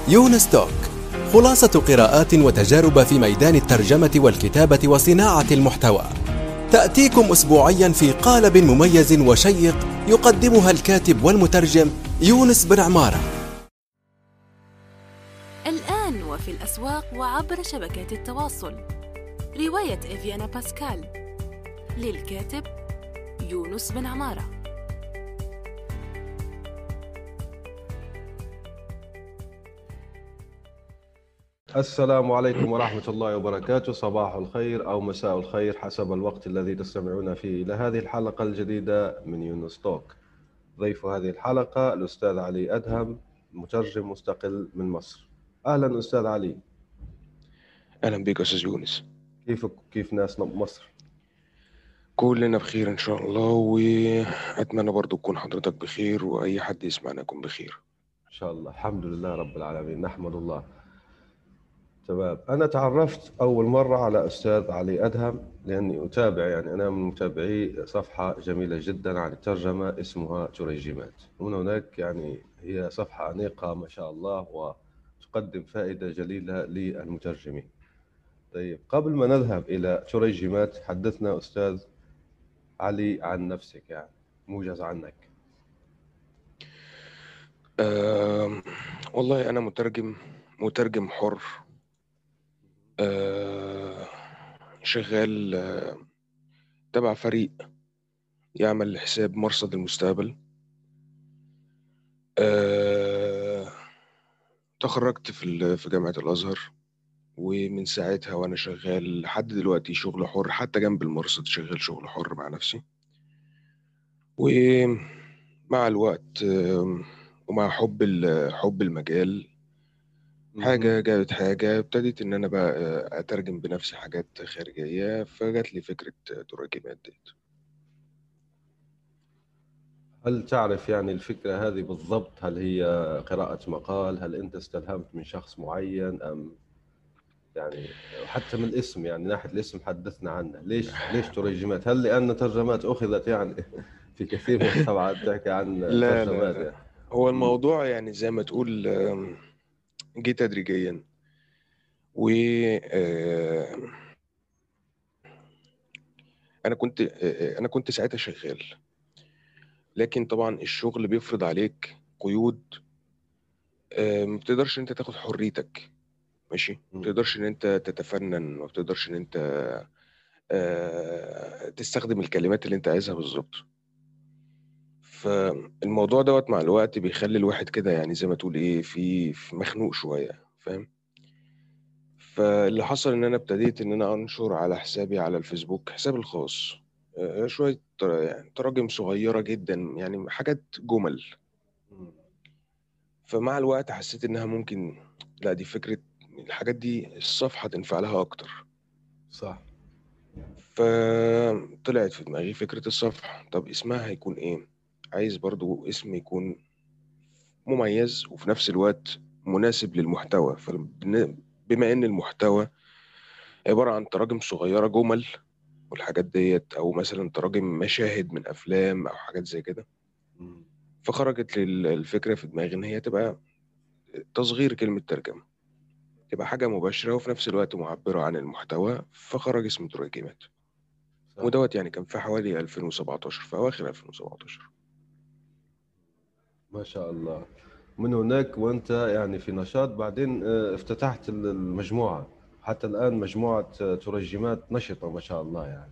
يونس توك، خلاصة قراءات وتجارب في ميدان الترجمة والكتابة وصناعة المحتوى، تأتيكم أسبوعيا في قالب مميز وشيق يقدمها الكاتب والمترجم يونس بن عمارة. الآن وفي الأسواق وعبر شبكات التواصل، رواية إفيانا باسكال للكاتب يونس بن عمارة. السلام عليكم ورحمة الله وبركاته. صباح الخير أو مساء الخير حسب الوقت الذي تستمعون فيه إلى هذه الحلقة الجديدة من يونس توك. ضيف هذه الحلقة الأستاذ علي أدهم، مترجم مستقل من مصر. أهلا أستاذ علي. أهلا بك أستاذ يونس. كيفك؟ كيف ناس مصر؟ كلنا بخير إن شاء الله، وأتمنى برضو تكون حضرتك بخير وأي حد يسمعنا يكون بخير إن شاء الله. الحمد لله رب العالمين، نحمد الله. تمام. أنا تعرفت أول مرة على أستاذ علي أدهم لأني أتابع، يعني أنا من متابعي صفحة جميلة جدا عن الترجمة اسمها ترجمات. ومن هناك يعني هي صفحة أنيقة ما شاء الله وتقدم فائدة جليلة للمترجمين. طيب، قبل ما نذهب إلى ترجمات، حدثنا أستاذ علي عن نفسك، يعني موجز عنك. والله أنا مترجم حر، شغال تبع فريق يعمل لحساب مرصد المستقبل. تخرجت في جامعة الأزهر، ومن ساعتها وأنا شغال لحد دلوقتي شغل حر، حتى جنب المرصد شغال شغل حر مع نفسي. ومع الوقت ومع حب المجال، حاجة جابت حاجة، ابتديت إن أنا بقى أترجم بنفسي حاجات خارجية، فجات لي فكرة ترجمات ديت. هل تعرف يعني الفكرة هذه بالضبط؟ هل هي قراءة مقال؟ هل أنت استلهمت من شخص معين أم يعني حتى من الاسم، يعني ناحية الاسم حدثنا عنه. ليش ترجمات؟ هل لأن ترجمات أخذت يعني في كثير من الطبعات تحكي عن لا لا ترجمات لا، يعني. هو مم. الموضوع يعني زي ما تقول جه تدريجيا. و أنا كنت ساعتها شغال، لكن طبعا الشغل بيفرض عليك قيود. ما بتقدرش إن أنت تاخد حريتك، ماشي، ما بتقدرش إن أنت تتفنن، ما بتقدرش إن أنت تستخدم الكلمات اللي أنت عايزها بالظبط. فالموضوع دوت مع الوقت بيخلي الواحد كده، يعني زي ما تقول ايه، في مخنوق شوية، فاهم؟ فاللي حصل ان انا ابتديت ان انا انشر على حسابي على الفيسبوك، حسابي الخاص، شوية يعني تراجم صغيرة جدا، يعني حاجات جمل. فمع الوقت حسيت انها ممكن، لا دي فكرة، الحاجات دي الصفحة تنفع لها اكتر. صح. فطلعت في دماغي فكرة الصفحة، طب اسمها هيكون ايه؟ عايز برضو اسم يكون مميز وفي نفس الوقت مناسب للمحتوى. بما ان المحتوى عبارة عن تراجم صغيرة جمل والحاجات ديت، او مثلا تراجم مشاهد من افلام او حاجات زي كده، فخرجت لي الفكرة في دماغي ان هي تبقى تصغير كلمة ترجمة، تبقى حاجة مباشرة وفي نفس الوقت معبرة عن المحتوى، فخرج اسم ترجمات. صح. ودوت يعني كان في حوالي 2017، في أواخر 2017. ما شاء الله. من هناك وأنت يعني في نشاط، بعدين افتتحت المجموعة. حتى الآن مجموعة ترجمات نشطة ما شاء الله يعني.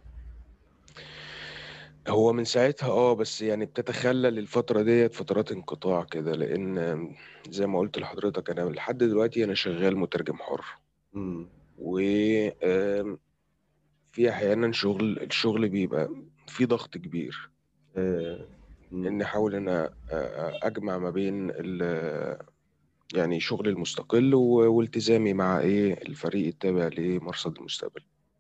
هو من ساعتها بس يعني بتتخلل الفترة ديت فترات انقطاع كده، لأن زي ما قلت لحضرتك أنا لحد دلوقتي أنا شغال مترجم حر. مم. وفي أحيانا الشغل بيبقى في ضغط كبير، إيه. مم. إن أحاول إن أنا أجمع ما بين يعني شغلي المستقل والتزامي مع الفريق التابع لمرصد المستقبل.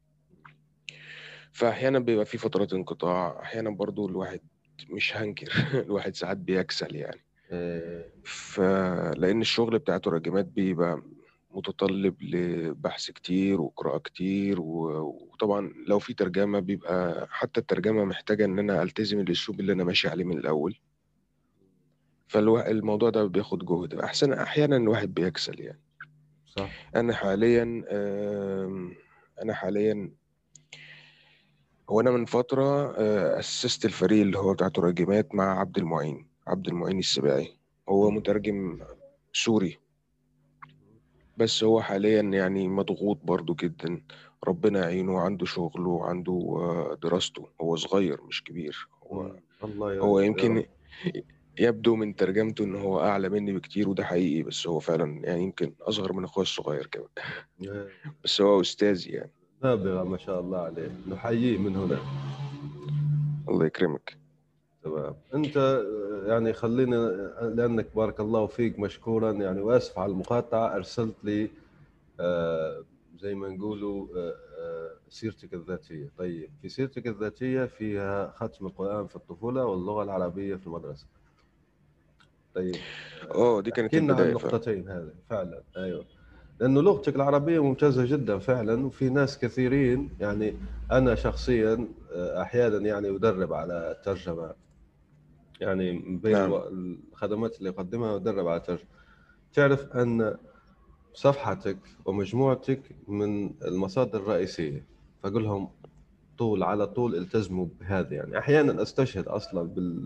فأحيانا بيبقى في فترات انقطاع، أحيانا برضو الواحد مش هنكر الواحد ساعات بيكسل يعني. إيه. فلأن الشغل بتاع ترجمات بيبقى متطلب لبحث كتير وقراءة كتير، وطبعا لو في ترجمة بيبقى حتى الترجمة محتاجة إن أنا ألتزم الأسلوب اللي أنا ماشي عليه من الأول. فالموضوع ده بياخد جهد، أحيانا الواحد بيكسل يعني. صح. أنا حاليا أنا حاليا هو أنا من فترة أسست الفريق اللي هو بتاع تراجمات مع عبد المعين السباعي. هو مترجم سوري، بس هو حاليا يعني مضغوط برضو جدا. ربنا يعينه، عنده شغله وعنده دراسته. هو صغير مش كبير. الله هو يا رب. يمكن يبدو من ترجمته ان هو اعلى مني بكتير، وده حقيقي، بس هو فعلا يعني يمكن اصغر من اخويا الصغير كمان. بس هو استاذي يعني. نابغة ما شاء الله عليه، نحييه من هنا. الله يكرمك. تمام. انت يعني خلينا، لانك بارك الله فيك مشكورا يعني، واسف على المقاطعه، ارسلت لي زي ما نقولوا سيرتك الذاتيه. طيب، في سيرتك الذاتيه فيها ختم القران في الطفوله واللغه العربيه في المدرسه. طيب، دي كانت احكي لنا عن البداية فعلا. النقطتين هذه فعلا. ايوه، لانه لغتك العربيه ممتازه جدا فعلا، وفي ناس كثيرين يعني. انا شخصيا احيانا يعني ادرب على الترجمه، يعني من بين نعم. الخدمات اللي أقدمها أدرب على الترجمة. تعرف أن صفحتك ومجموعتك من المصادر الرئيسية، فأقول لهم طول على طول التزموا بهذا. يعني أحيانا أستشهد أصلا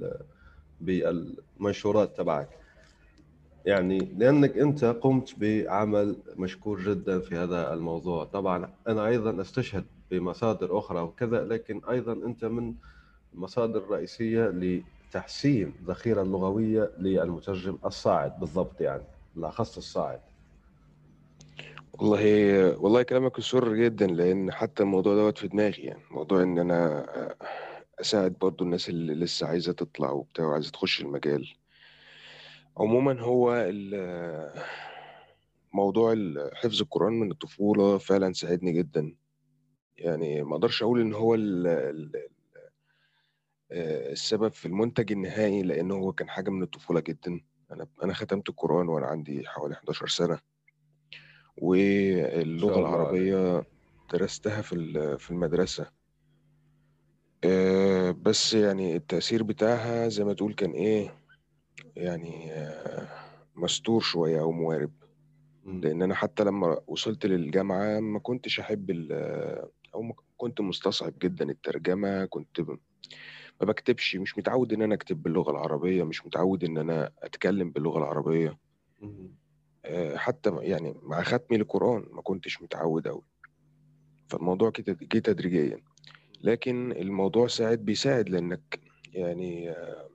بالمنشورات تبعك، يعني لأنك أنت قمت بعمل مشكور جدا في هذا الموضوع. طبعا أنا أيضا أستشهد بمصادر أخرى وكذا، لكن أيضا أنت من المصادر الرئيسية لتحسين الذخيرة اللغوية للمترجم الصاعد بالضبط، يعني بالأخص الصاعد. والله كلامك يسر جدا، لان حتى الموضوع دوت في دماغي، يعني موضوع ان انا اساعد برضو الناس اللي لسه عايزة تطلع وبتاع وعايزة تخش المجال. عموما هو موضوع حفظ القرآن من الطفولة فعلا ساعدني جدا. يعني ما اقدرش اقول ان هو السبب في المنتج النهائي، لانه هو كان حاجة من الطفولة جدا. انا ختمت القرآن وانا عندي حوالي 11 سنة، ما واللغة شاء الله عليك. العربية درستها في المدرسة. بس يعني التأثير بتاعها زي ما تقول كان ايه، يعني مستور شوية او موارب. لان انا حتى لما وصلت للجامعه ما كنتش احب او كنت مستصعب جدا الترجمه. ما بكتبش، مش متعود ان انا اكتب باللغه العربيه، مش متعود ان انا اتكلم باللغه العربيه. حتى يعني مع ختمي للقران ما كنتش متعود أوي. فالموضوع كده جه تدريجيا، لكن الموضوع بيساعد لانك يعني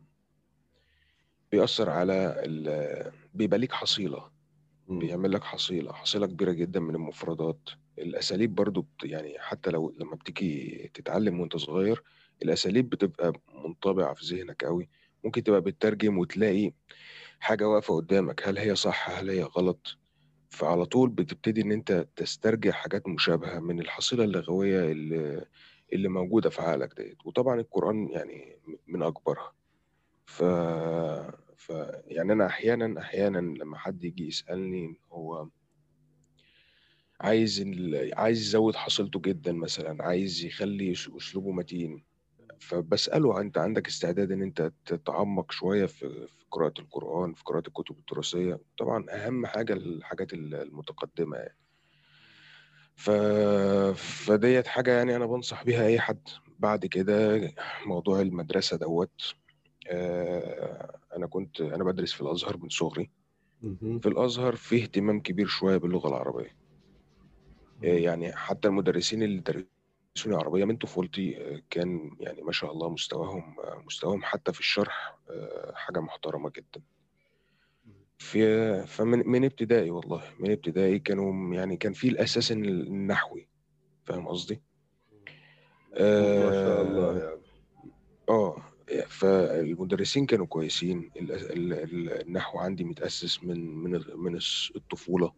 بيأثر على بيبقى ليك حصيله. بيعمل لك حصيلة كبيرة جدا من المفردات. الأساليب برضو يعني حتى لما بتيجي تتعلم وانت صغير، الأساليب بتبقى منطبعة في ذهنك قوي. ممكن تبقى بتترجم وتلاقي حاجة واقفة قدامك، هل هي صح هل هي غلط؟ فعلى طول بتبتدي إن أنت تسترجع حاجات مشابهة من الحصيلة اللغوية اللي موجودة في عقلك ديت. وطبعا القرآن يعني من أكبرها. ف... ف يعني أنا أحيانا لما حد يجي يسألني هو عايز يزود حصيلته جدا، مثلا عايز يخلي اسلوبه متين، فبسأله انت عندك استعداد ان انت تتعمق شوية في قراءة القرآن، في قراءة الكتب الدراسية؟ طبعا اهم حاجة الحاجات المتقدمة يعني. ف... فديت حاجة يعني انا بنصح بيها اي حد بعد كده. موضوع المدرسة دوت، انا بدرس في الازهر من صغري. في الازهر فيه اهتمام كبير شوية باللغة العربية. يعني حتى المدرسين اللي درسوني عربية من طفولتي كان يعني ما شاء الله مستواهم حتى في الشرح حاجة محترمة جدا. فمن ابتدائي، والله من ابتدائي كانوا يعني كان في الأساس النحوي. فاهم قصدي؟ ما شاء الله آه, يعني. آه فالمدرسين كانوا كويسين. النحو عندي متأسس من الطفولة.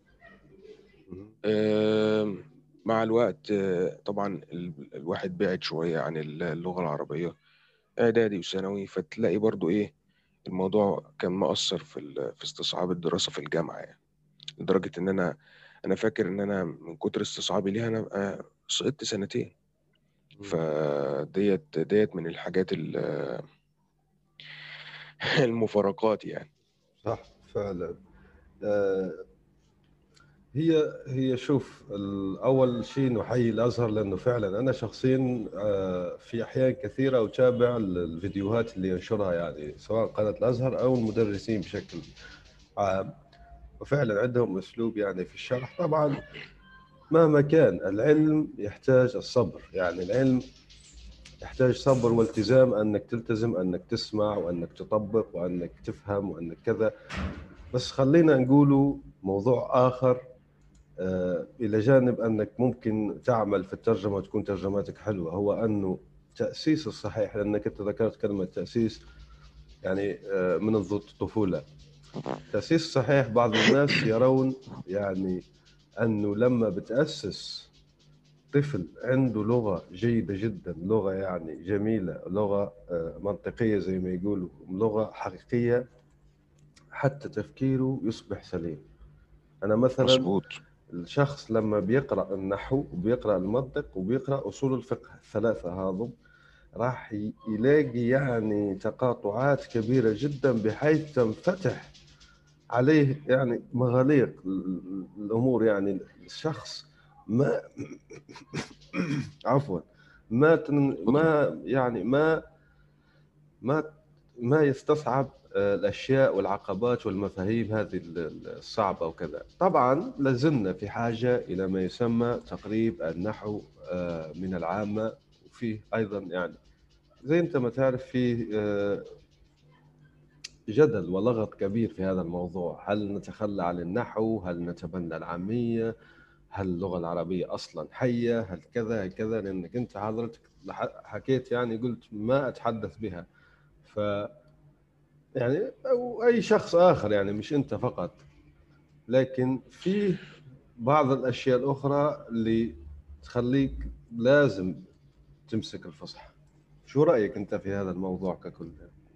آه، مع الوقت طبعا الواحد بعد شوية عن اللغة العربية، إعدادي وثانوي، فتلاقي برضو إيه، الموضوع كان مؤثر في استصعاب الدراسة في الجامعة يعني. لدرجة إن أنا فاكر إن أنا من كتر استصعابي ليها أنا سقطت سنتين. فديت من الحاجات المفارقات يعني. صح فعلا. آه، هي شوف، أول شيء نحيي الأزهر، لأنه فعلا أنا شخصيا في أحيان كثيرة أتابع الفيديوهات اللي ينشرها، يعني سواء قناة الأزهر أو المدرسين بشكل عام، وفعلا عندهم أسلوب يعني في الشرح. طبعا مهما كان العلم يحتاج الصبر، يعني العلم يحتاج صبر والتزام، أنك تلتزم، أنك تسمع، وأنك تطبق، وأنك تفهم، وأنك كذا. بس خلينا نقوله موضوع آخر، إلى جانب أنك ممكن تعمل في الترجمة وتكون ترجماتك حلوة، هو أنه تأسيس الصحيح، لأنك أنت ذكرت كلمة تأسيس، يعني من الطفولة. تأسيس صحيح، بعض الناس يرون يعني أنه لما بتأسس طفل عنده لغة جيدة جدا، لغة يعني جميلة، لغة منطقية زي ما يقولوا، لغة حقيقية، حتى تفكيره يصبح سليم. أنا مثلا مظبوط. الشخص لما بيقرأ النحو وبيقرأ المنطق وبيقرأ أصول الفقه الثلاثة هذم، راح يلاقي يعني تقاطعات كبيرة جدا، بحيث تنفتح عليه يعني مغاليق الأمور. يعني الشخص ما عفوا اتفضل. ما يعني ما ما يستصعب الأشياء والعقبات والمفاهيم هذه الصعبة وكذا. طبعا لازلنا في حاجة إلى ما يسمى تقريب النحو من العامة. وفيه أيضا يعني زي أنت ما تعرف فيه جدل ولغط كبير في هذا الموضوع. هل نتخلى عن النحو؟ هل نتبنى العامية؟ هل اللغة العربية أصلا حية؟ هل كذا هل كذا؟ لأنك أنت حضرتك حكيت يعني قلت ما أتحدث بها. ف يعني أو أي شخص آخر، يعني مش أنت فقط، لكن في بعض الأشياء الأخرى اللي تخليك لازم تمسك الفصحى. شو رأيك أنت في هذا الموضوع ككل؟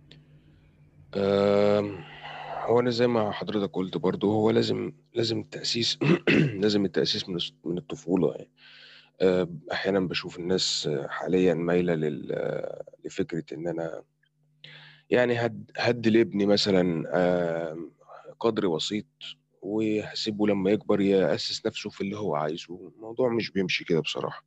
آم، هو انا زي ما حضرتك قلت برضو، هو لازم التأسيس لازم التأسيس من الطفولة يعني. احيانا بشوف الناس حاليا مايلة لفكرة ان انا يعني هدي لابني مثلا قدر بسيط، وهسيبه لما يكبر يأسس نفسه في اللي هو عايزه. الموضوع مش بيمشي كده بصراحة.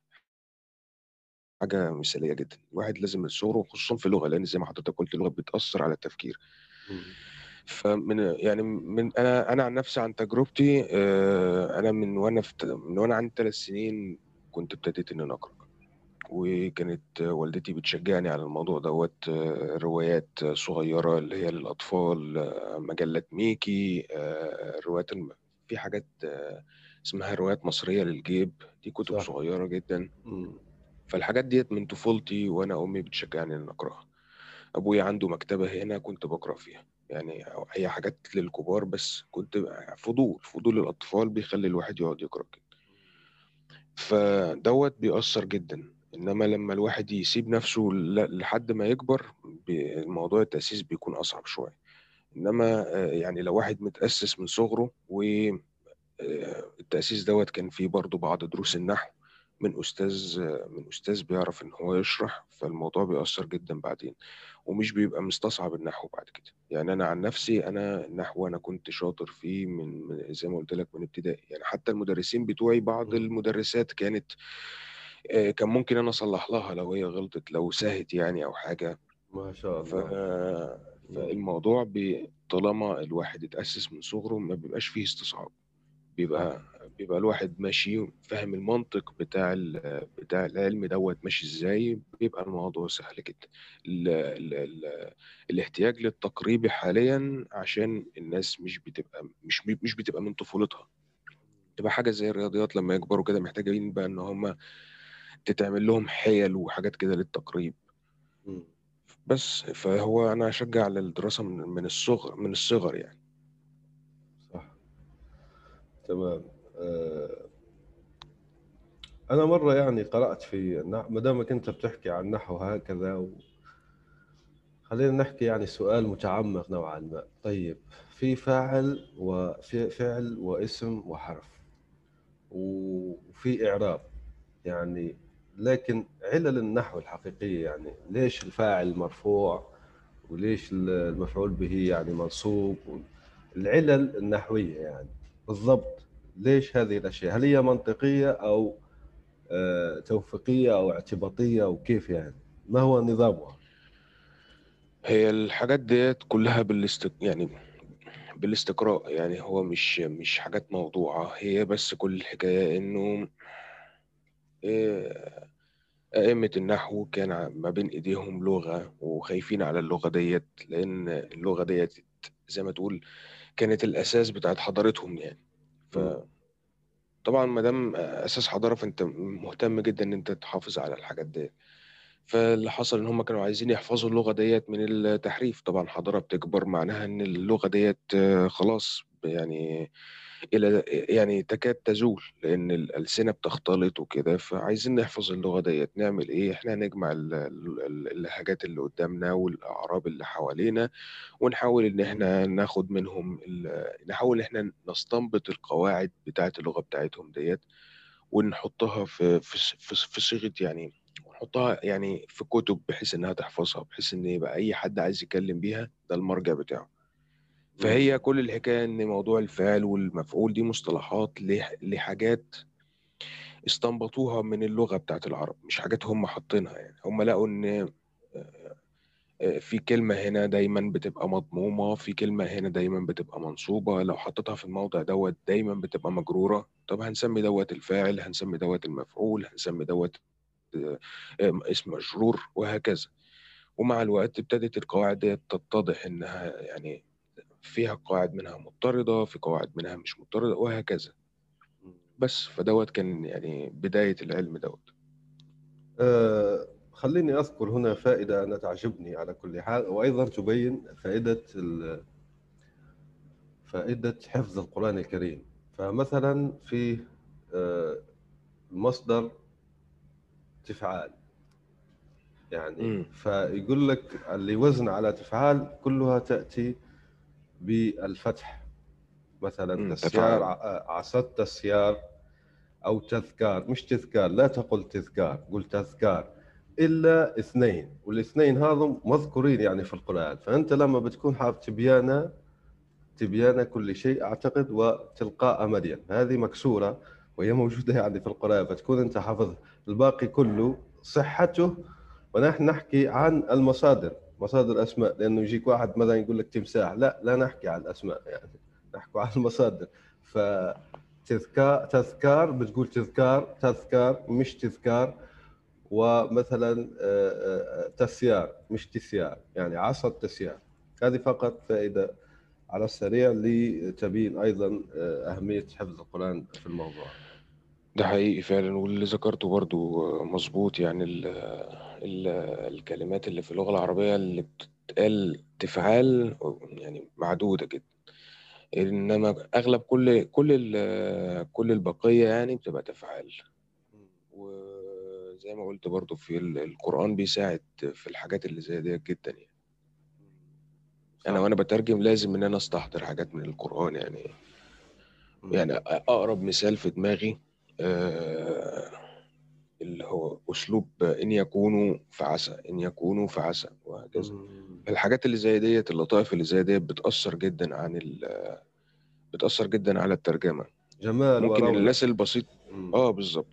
حاجة مثالية جدا، الواحد لازم من صغره، خصوصا في اللغة، لأن زي ما حضرتك قلت اللغة بتأثر على التفكير. مم. فمن يعني من انا عن نفسي، عن تجربتي، انا من وانا عندي 3 سنين كنت ابتديت ان انا اقرا. وكانت والدتي بتشجعني على الموضوع دوت. روايات صغيره اللي هي للاطفال، مجلات ميكي، في حاجات اسمها روايات مصريه للجيب. دي كتب صح. صغيره جدا. مم. فالحاجات ديت من طفولتي، وانا امي بتشجعني ان اقراها. ابويا عنده مكتبة هنا كنت بقرأ فيها، يعني هي حاجات للكبار، بس كنت فضول الأطفال بيخلي الواحد يقعد يقرأ كده. فدوت بيأثر جدا. إنما لما الواحد يسيب نفسه لحد ما يكبر، الموضوع التأسيس بيكون أصعب شوية. إنما يعني لو واحد متأسس من صغره، والتأسيس دوت كان فيه برضو بعض دروس النحو من أستاذ بيعرف إن هو يشرح، فالموضوع بيأثر جدا بعدين، ومش بيبقى مستصعب النحو بعد كده. يعني انا عن نفسي، انا النحو انا كنت شاطر فيه زي ما قلت لك من ابتدائي. يعني حتى المدرسين بتوعي، بعض مم. المدرسات كانت كان ممكن انا اصلح لها لو هي غلطت، لو ساهت يعني او حاجه. ما شاء ف الله. مم. فالموضوع طالما الواحد اتأسس من صغره ما بيبقاش فيه استصعاب. صح. بيبقى الواحد ماشي فاهم المنطق بتاع العلم دوت ماشي ازاي، بيبقى الموضوع سهل جدا. ال ال ال الاحتياج للتقريبي حاليا عشان الناس مش بتبقى من طفولتها. تبقى حاجة زي الرياضيات لما يكبروا كده محتاجين بقى ان هم تتعمل لهم حيل وحاجات كده للتقريب. مم. بس فهو انا اشجع على الدراسة من الصغر يعني. صح. تمام. آه، أنا مرة يعني قرأت في ما دامك أنت بتحكي عن النحو هكذا، خلينا نحكي يعني سؤال متعمق نوعا ما. طيب، في فاعل وفي فعل واسم وحرف وفي إعراب، يعني لكن علل النحو الحقيقية، يعني ليش الفاعل مرفوع وليش المفعول به يعني منصوب، العلل النحوية يعني بالضبط. ليش هذه الأشياء؟ هل هي منطقية أو توفيقية أو اعتباطية، وكيف يعني؟ ما هو نظامها؟ هي الحاجات ديت كلها يعني بالاستقراء، يعني هو مش حاجات موضوعة، هي بس كل الحكاية إنه آه، أئمة النحو كان ما بين إيديهم لغة وخايفين على اللغة ديت، لأن اللغة ديت زي ما تقول كانت الأساس بتاعت حضارتهم يعني. مم. فطبعا ما دام أساس حضارة فأنت مهتم جدا إن أنت تحافظ على الحاجات ديت. فاللي حصل إن هم كانوا عايزين يحفظوا اللغة ديت من التحريف. طبعا حضارة بتكبر معناها إن اللغة ديت خلاص يعني إلى يعني تكاد تزول، لأن الألسنة بتختلط وكده. فعايزين نحفظ اللغة ديت، نعمل إيه؟ إحنا نجمع اللهجات اللي قدامنا والأعراب اللي حوالينا، ونحاول إن إحنا ناخد منهم نحاول إن إحنا نستنبط القواعد بتاعة اللغة بتاعتهم ديت، ونحطها في صيغة يعني، ونحطها يعني في كتب بحيث إنها تحفظها، بحيث إن يبقى أي حد عايز يتكلم بيها ده المرجع بتاعه. مم. فهي كل الحكاية إن موضوع الفعل والمفعول دي مصطلحات لحاجات استنبطوها من اللغة بتاعت العرب، مش حاجات هم حاطينها. يعني هم لقوا إن في كلمة هنا دايما بتبقى مضمومة، في كلمة هنا دايما بتبقى منصوبة، لو حطيتها في الموضع دوت دايما بتبقى مجرورة. طب هنسمي دوت الفاعل، هنسمي دوت المفعول، هنسمي دوت اسم مجرور، وهكذا. ومع الوقت ابتدت القواعد دي تتضح إنها يعني فيها قواعد منها مضطردة، في قواعد منها مش مضطردة، وهكذا. بس فدوت كان يعني بداية العلم دوت. خليني أذكر هنا فائدة أنا تعجبني على كل حال، وأيضا تبين فائدة حفظ القرآن الكريم. فمثلا في آه، المصدر تفعال، يعني امم. فيقول لك اللي وزن على تفعال كلها تأتي بالفتح. مثلا تسيار، تفعل. عصدت تسيار، أو تذكار، مش تذكار، لا تقل تذكار، قل تذكار. إلا اثنين، والاثنين هذا مذكورين يعني في القرآن. فأنت لما بتكون حاب تبيان كل شيء أعتقد، وتلقاء مريم هذه مكسورة وهي موجودة يعني في القرآن، فتكون أنت حافظ. الباقي كله صحته. ونحن نحكي عن المصادر، مصادر الأسماء، لأنه يجيك واحد مثلا يقول لك تمساح، لا نحكي عن الأسماء يعني، نحكي عن المصادر. تذكار بتقول تذكار، تذكار مش تذكار. ومثلا تسيار مش تسيار، يعني عصا تسيار. هذه فقط فائدة على السريع لتبين أيضا أهمية حفظ القرآن في الموضوع. ده حقيقي فعلا، واللي ذكرته برضو مظبوط. يعني ال الكلمات اللي في اللغة العربية اللي بتتقال تفعال يعني معدودة جدا، إنما أغلب كل البقية يعني بتبقى تفعال. وزي ما قلت برضو في القرآن بيساعد في الحاجات اللي زي دي جدا يعني. أنا صح. وأنا بترجم لازم إن أنا أستحضر حاجات من القرآن يعني. يعني أقرب مثال في دماغي آه، اللي هو أسلوب إن يكونوا فعسى، إن يكونوا فعسى، وهكذا. الحاجات اللي زي ديت، اللطائف اللي زي ديت بتأثر جدا بتأثر جدا على الترجمة. جمال ممكن ورونق. الناس البسيط. اه بالظبط.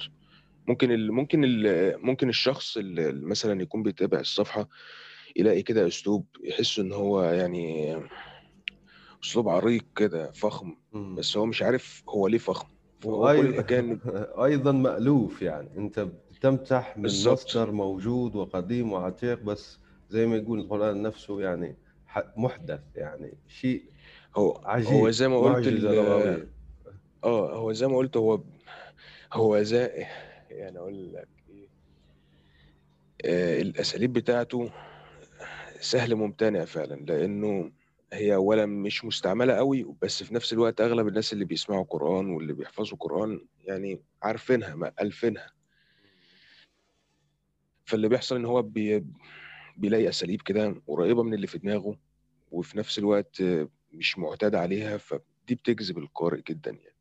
ممكن الشخص اللي مثلا يكون بيتابع الصفحة يلاقي كده أسلوب يحس إن هو يعني أسلوب عريق كده فخم، بس هو مش عارف هو ليه فخم. فهو كل الحكاية إن وأيضا مألوف، يعني أنت بتمتح من بالظبط. مصدر موجود وقديم وعتيق، بس زي ما يقول القرآن نفسه يعني محدث، يعني شيء هو عجيب، زي ما قلت معجزة لغوية. هو زي ما قلت هو زي يعني اقول لك ايه، الاساليب بتاعته سهل ممتنع فعلا، لانه هي اولا مش مستعمله قوي، بس في نفس الوقت اغلب الناس اللي بيسمعوا قران واللي بيحفظوا قران يعني عارفينها مألفينها. فاللي بيحصل ان هو بيلاقي اساليب كده قريبه من اللي في دماغه، وفي نفس الوقت مش معتاد عليها، فدي بتجذب القارئ جدا يعني.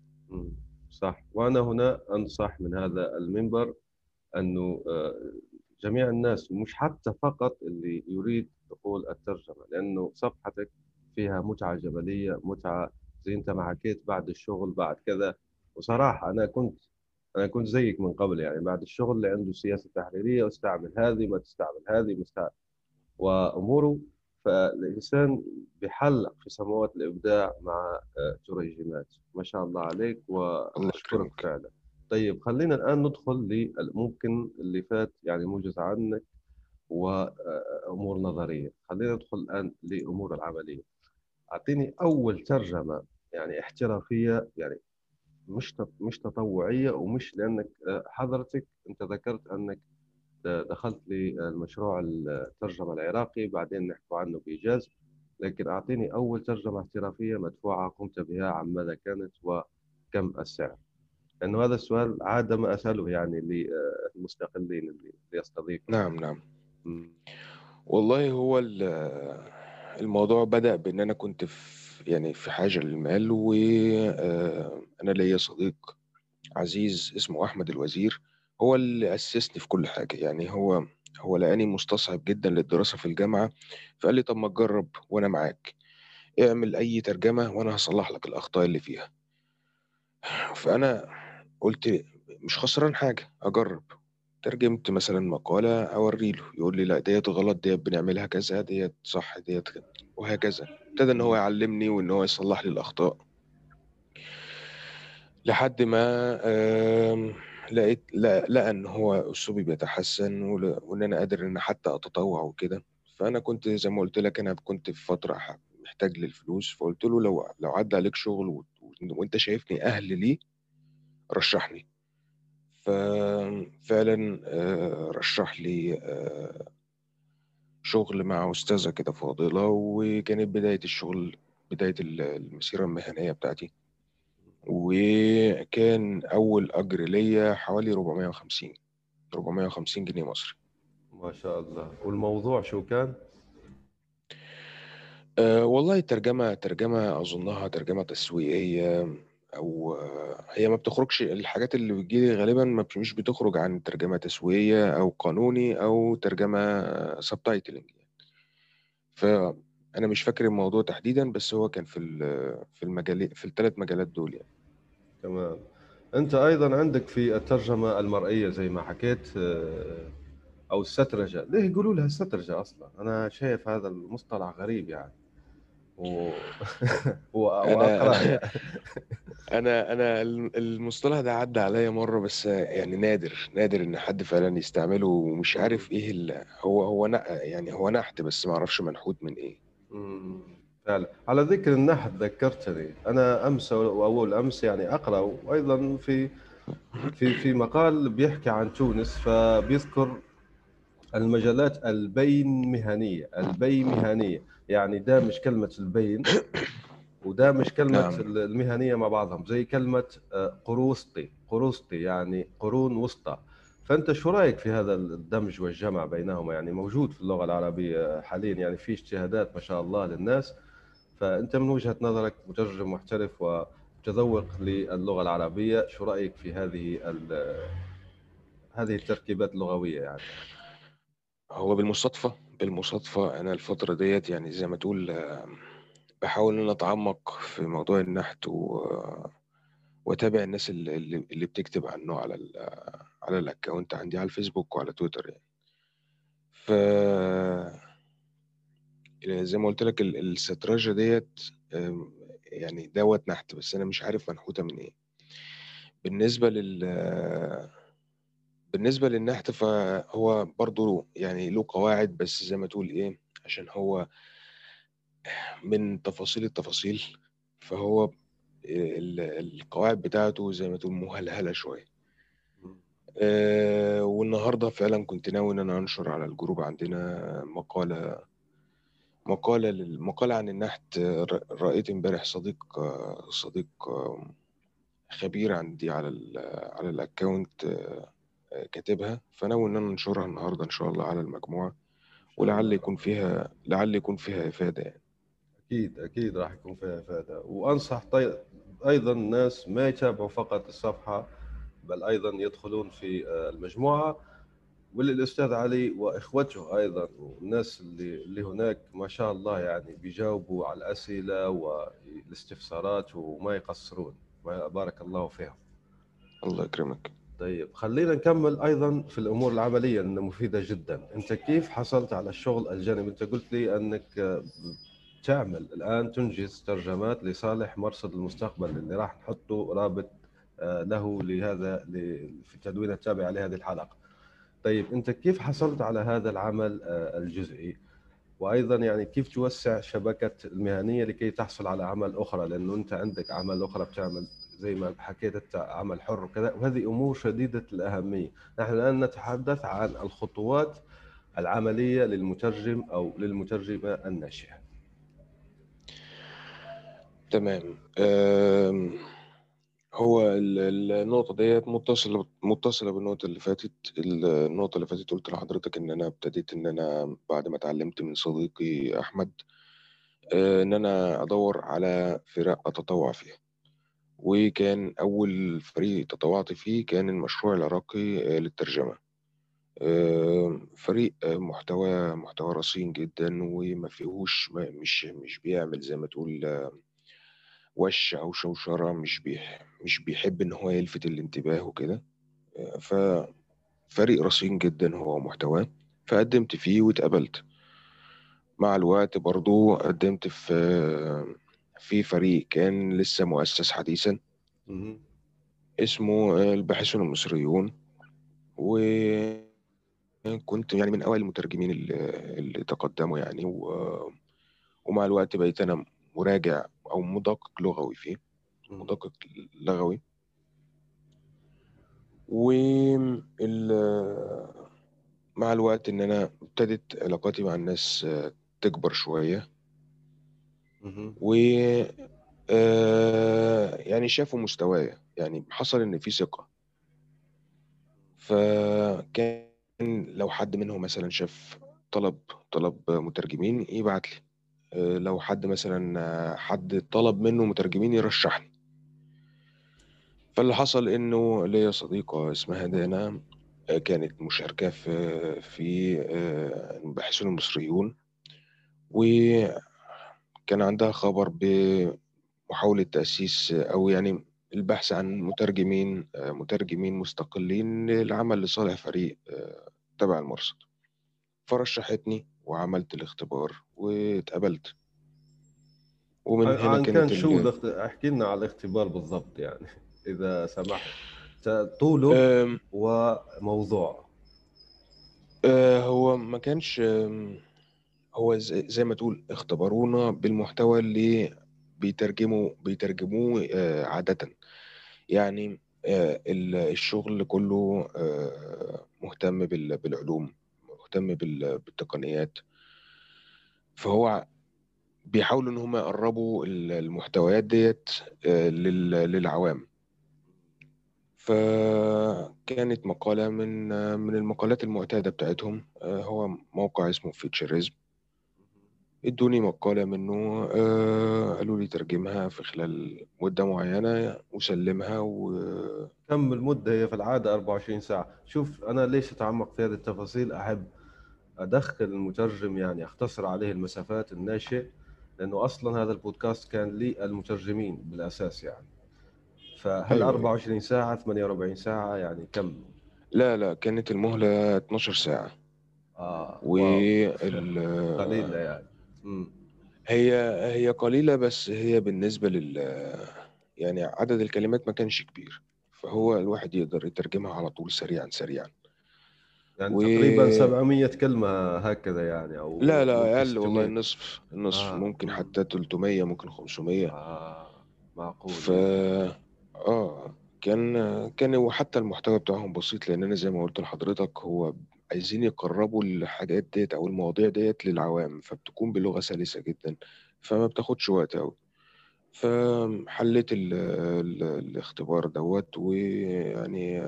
صح. وأنا هنا أنصح من هذا المنبر أنه جميع الناس، مش حتى فقط اللي يريد دخول الترجمة، لأنه صفحتك فيها متعة جبلية، متعة زي أنت ما حكيت بعد الشغل بعد كذا. وصراحة أنا كنت زيك من قبل، يعني بعد الشغل اللي عنده سياسة تحريرية، استعمل هذه ما تستعمل هذه وأموره. فالإنسان بيحلق في سماوات الإبداع مع ترجمات. ما شاء الله عليك الله وأشكرك يكرمك. فعلا. طيب خلينا الآن ندخل ممكن اللي فات يعني موجز عنك وأمور نظرية. خلينا ندخل الآن لأمور العملية. أعطيني أول ترجمة يعني احترافية، يعني مش تطوعية، ومش لأنك حضرتك أنت ذكرت أنك دخلت للمشروع الترجمة العراقي بعدين نحكوا عنه بإيجاز، لكن أعطيني أول ترجمة احترافية مدفوعة قمت بها، عن ماذا كانت وكم السعر؟ لأنه هذا السؤال عادة ما أسأله يعني للمستقلين اللي يستضيفوا يعني. نعم نعم. والله هو الموضوع بدأ بإن أنا كنت في حاجة للمال، وأنا ليا صديق عزيز اسمه أحمد الوزير، هو اللي أسسني في كل حاجة. يعني هو لقاني مستصعب جدا للدراسة في الجامعة، فقال لي طب ما تجرب وأنا معاك، اعمل أي ترجمة وأنا هصلح لك الأخطاء اللي فيها. فأنا قلت مش خسران حاجة، أجرب. ترجمت مثلا مقالة أوري له، يقول لي لا ديت غلط، ديت بنعملها كذا، ديت صح، ديت كده، وهكذا. ابتدى إن هو يعلمني وإن هو يصلح لي الأخطاء، لحد ما لقى إن هو أسلوبي بيتحسن، وإن أنا قادر إن حتى أتطوع وكده. فأنا كنت زي ما قلت لك، أنا كنت في فترة محتاج للفلوس، فقلت له لو عدى عليك شغل وأنت شايفني أهل ليه، رشحني. ففعلا رشح لي شغل مع أستاذة كده فاضلة، وكانت بداية الشغل، بداية المسيرة المهنية بتاعتي. وكان أول أجر ليا حوالي 450 جنيه مصري. ما شاء الله. والموضوع شو كان؟ والله ترجمة أظنها ترجمة تسويقية، أو هي ما بتخرجش، الحاجات اللي بتجيلي غالبا ما بت- مش بتخرج عن ترجمة تسويقية أو قانوني أو ترجمة سبتايتلنج. فأنا مش فاكر الموضوع تحديدا، بس هو كان في المجال، في الثلاث مجالات دول يعني. تمام. أنت أيضا عندك في الترجمة المرئية زي ما حكيت، أو السترجة. ليه يقولوا لها السترجة أصلا؟ أنا شايف هذا المصطلح غريب يعني و... أنا وأقرأ أنا يعني. أنا المصطلح ده عدى عليا مرة بس، يعني نادر نادر إن حد فعلا يستعمله، ومش عارف إيه يعني هو نحت، بس ما أعرفش منحوت من إيه. مم. فعلا. على ذكر النحت ذكرتني، أنا أمس أو أول أمس يعني أقرأ أيضا في مقال بيحكي عن تونس، فبيذكر المجالات البين مهنية. البين مهنية يعني دامج كلمة البين ودامج كلمة نعم المهنية مع بعضهم، زي كلمة قروسطي يعني قرون وسطى. فأنت شو رأيك في هذا الدمج والجمع بينهما؟ يعني موجود في اللغة العربية حاليا، يعني في اجتهادات ما شاء الله للناس. فأنت من وجهة نظرك مترجم محترف ومتذوق للغة العربية، شو رأيك في هذه التركيبات اللغوية يعني؟ هو بالمصادفة أنا الفترة ديت يعني زي ما تقول بحاول إن أنا أتعمق في موضوع النحت، وأتابع الناس اللي بتكتب عنه على الأكونت عندي على الفيسبوك وعلى تويتر يعني. ف زي ما قلت لك الستراجة ديت يعني دوت نحت، بس أنا مش عارف منحوتة من إيه. بالنسبة لل بالنسبة للنحت فهو برضو يعني له قواعد، بس زي ما تقول إيه، عشان هو من تفاصيل التفاصيل، فهو القواعد بتاعته زي ما تقول مهلهلة شوية. والنهاردة فعلا كنت ناوي إن أنا أنشر على الجروب عندنا مقالة عن النحت. رأيت امبارح صديق خبير عندي على الأكاونت كاتبها، فناوي إن أنا أنشرها النهاردة إن شاء الله على المجموعة، إن شاء الله. لعل يكون فيها إفادة يعني. أكيد أكيد راح يكون فيها إفادة. وأنصح أيضا الناس ما يتابعوا فقط الصفحة، بل أيضا يدخلون في المجموعة. وللأستاذ علي وإخوته أيضا، والناس اللي هناك ما شاء الله يعني بيجاوبوا على الأسئلة والاستفسارات وما يقصرون، بارك الله فيهم. الله يكرمك. طيب خلينا نكمل أيضا في الأمور العملية لأنها مفيدة جدا. أنت كيف حصلت على الشغل الجانبي؟ أنت قلت لي أنك تعمل الآن تنجز ترجمات لصالح مرصد المستقبل اللي راح نحطه رابط له لهذا في التدوين التابع لهذه الحلقة. طيب أنت كيف حصلت على هذا العمل الجزئي؟ وأيضا يعني كيف توسع شبكة المهنية لكي تحصل على عمل أخرى، لأنه أنت عندك أعمال أخرى بتعمل زي ما حكيت أنت عمل حر وكذا، وهذه أمور شديدة الأهمية. نحن الآن نتحدث عن الخطوات العملية للمترجم أو للمترجمة الناشئة. تمام. هو النقطة ديت متصلة بالنقطة اللي فاتت. النقطة اللي فاتت قلت لحضرتك إن أنا ابتديت إن أنا بعد ما اتعلمت من صديقي أحمد إن أنا أدور على فرق أتطوع فيها. وكان أول فريق تطوعت فيه كان المشروع العراقي للترجمة. فريق محتوى رصين جدا، وما فيهوش مش بيعمل زي ما تقول وش أو شوشرة، مش بيحب إن هو يلفت الانتباه وكده. ففريق رصين جدا هو محتواه، فقدمت فيه واتقبلت. مع الوقت برضو قدمت في فريق كان لسه مؤسس حديثا اسمه الباحثون المصريون، وكنت يعني من أوائل المترجمين اللي تقدموا يعني. ومع الوقت بقيت أنا مراجع أو مدقق لغوي فيه، مدقق لغوي. مع الوقت إن أنا ابتدت علاقاتي مع الناس تكبر شوية، و يعني شافوا مستوايا، يعني حصل إن في ثقة. فكان لو حد منهم مثلا شاف طلب مترجمين يبعت لي، لو حد مثلا حد طلب منه مترجمين يرشحني. فاللي حصل إنه ليا صديقة اسمها دانا كانت مشاركة في الباحثون المصريون، وكان عندها خبر بمحاولة تأسيس أو يعني البحث عن مترجمين مستقلين للعمل لصالح فريق تبع المرصد. فرشحتني وعملت الاختبار واتقبلت. ومن هنا عن كان كانت شو احكي لنا على الاختبار بالضبط يعني إذا سمحت، طوله أم وموضوع. هو ما كانش هو زي ما تقول اختبرونا بالمحتوى اللي بيترجموه عادة. يعني الشغل كله مهتم بالعلوم، مهتم بالتقنيات. فهو بيحاولوا ان هم يقربوا المحتويات ديت للعوام. فكانت مقالة من المقالات المعتادة بتاعتهم. هو موقع اسمه فيتشرزم. ادوني مقالة منه، قالوا لي ترجمها في خلال مدة معينة وسلمها كم المدة؟ هي في العادة 24 ساعة. شوف أنا ليش أتعمق في هذه التفاصيل، أحب أدخل المترجم يعني أختصر عليه المسافات الناشئ، لأنه أصلا هذا البودكاست كان للمترجمين بالأساس يعني. فهل أيوه أيوه. 24 ساعة 48 ساعة يعني كم؟ لا كانت المهلة 12 ساعة. واو وال قليلة يعني. هي هي قليلة، بس هي بالنسبة يعني عدد الكلمات ما كانش كبير، فهو الواحد يقدر يترجمها على طول سريعا سريعا. يعني و تقريبا 700 كلمة هكذا يعني، أو لا ممكن أقل والله، 600. النصف ممكن مم. حتى 300، ممكن 500. معقول ف يعني. كان وحتى المحتوى بتاعهم بسيط، لان انا زي ما قلت لحضرتك هو عايزين يقربوا الحاجات ديت او المواضيع ديت للعوام، فبتكون بلغة سلسة جدا، فما بتاخدش وقت قوي. فحليت الاختبار دوت، ويعني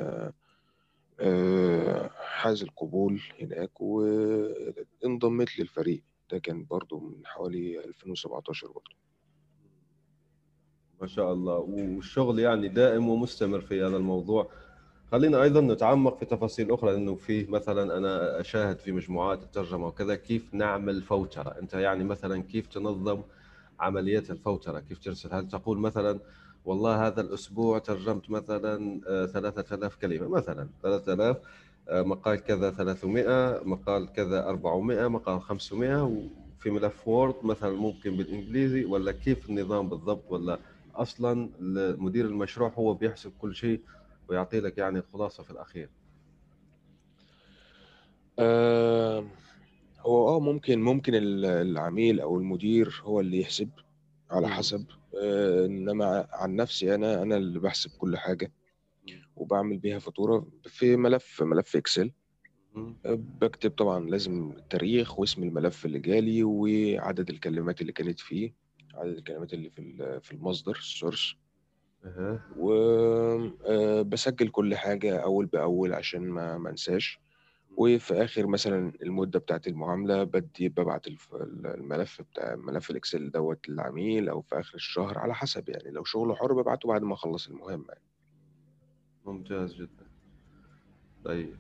حاز القبول هناك وانضميت للفريق. ده كان برضو من حوالي 2017 برضو. ما شاء الله. والشغل يعني دائم ومستمر في هذا الموضوع. خلينا أيضا نتعمق في تفاصيل أخرى، لأنه في مثلا أنا أشاهد في مجموعات الترجمة وكذا كيف نعمل فوترة. أنت يعني مثلا كيف تنظم عملية الفوترة؟ كيف ترسل؟ هل تقول مثلا والله هذا الأسبوع ترجمت مثلا 3000 كلمة مثلا، 3000 مقال كذا 300، مقال كذا 400، مقال 500، وفي ملف وورد مثلا ممكن بالإنجليزي، ولا كيف النظام بالضبط؟ ولا أصلا مدير المشروع هو بيحسب كل شيء ويعطي لك يعني الخلاصة في الأخير؟ آه، هو ممكن العميل او المدير هو اللي يحسب على مم. حسب. انما عن نفسي انا اللي بحسب كل حاجه، وبعمل بيها فاتوره في ملف اكسل. مم. بكتب طبعا لازم التاريخ واسم الملف اللي جالي وعدد الكلمات اللي كانت فيه، عدد الكلمات اللي في المصدر السورس. أها. وبسجل كل حاجة أول بأول عشان ما انساش. وفي آخر مثلا المدة بتاعت المعاملة ببعت الملف بتاع ملف الإكسل دوت للعميل، أو في آخر الشهر على حسب. يعني لو شغله حر ببعته بعد ما أخلص المهمة يعني. ممتاز جدا. طيب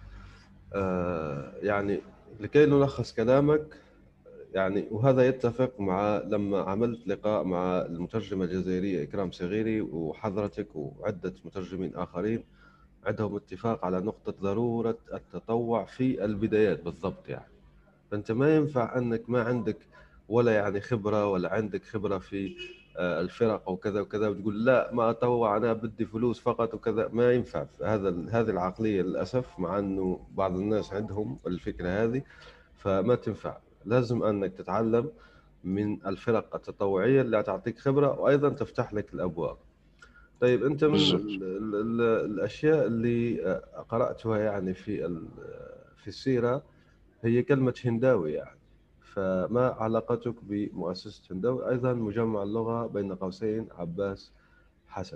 يعني لكي نلخص كلامك، يعني وهذا يتفق مع لما عملت لقاء مع المترجمة الجزائرية إكرام صغيري وحضرتك وعدة مترجمين آخرين، عندهم اتفاق على نقطة ضرورة التطوع في البدايات بالضبط. يعني فأنت ما ينفع أنك ما عندك ولا يعني خبرة، ولا عندك خبرة في الفرق وكذا وكذا، وتقول لا ما أطوع أنا بدي فلوس فقط وكذا. ما ينفع هذه العقلية للأسف، مع أنه بعض الناس عندهم الفكرة هذه، فما تنفع. لازم أنك تتعلم من الفرق التطوعية اللي تعطيك خبرة وأيضا تفتح لك الأبواب. طيب أنت من بالظبط. الأشياء اللي قرأتها يعني في السيرة هي كلمة هنداوي يعني، فما علاقتك بمؤسسة هنداوي؟ أيضا مجمع اللغة بين قوسين عباس حسن.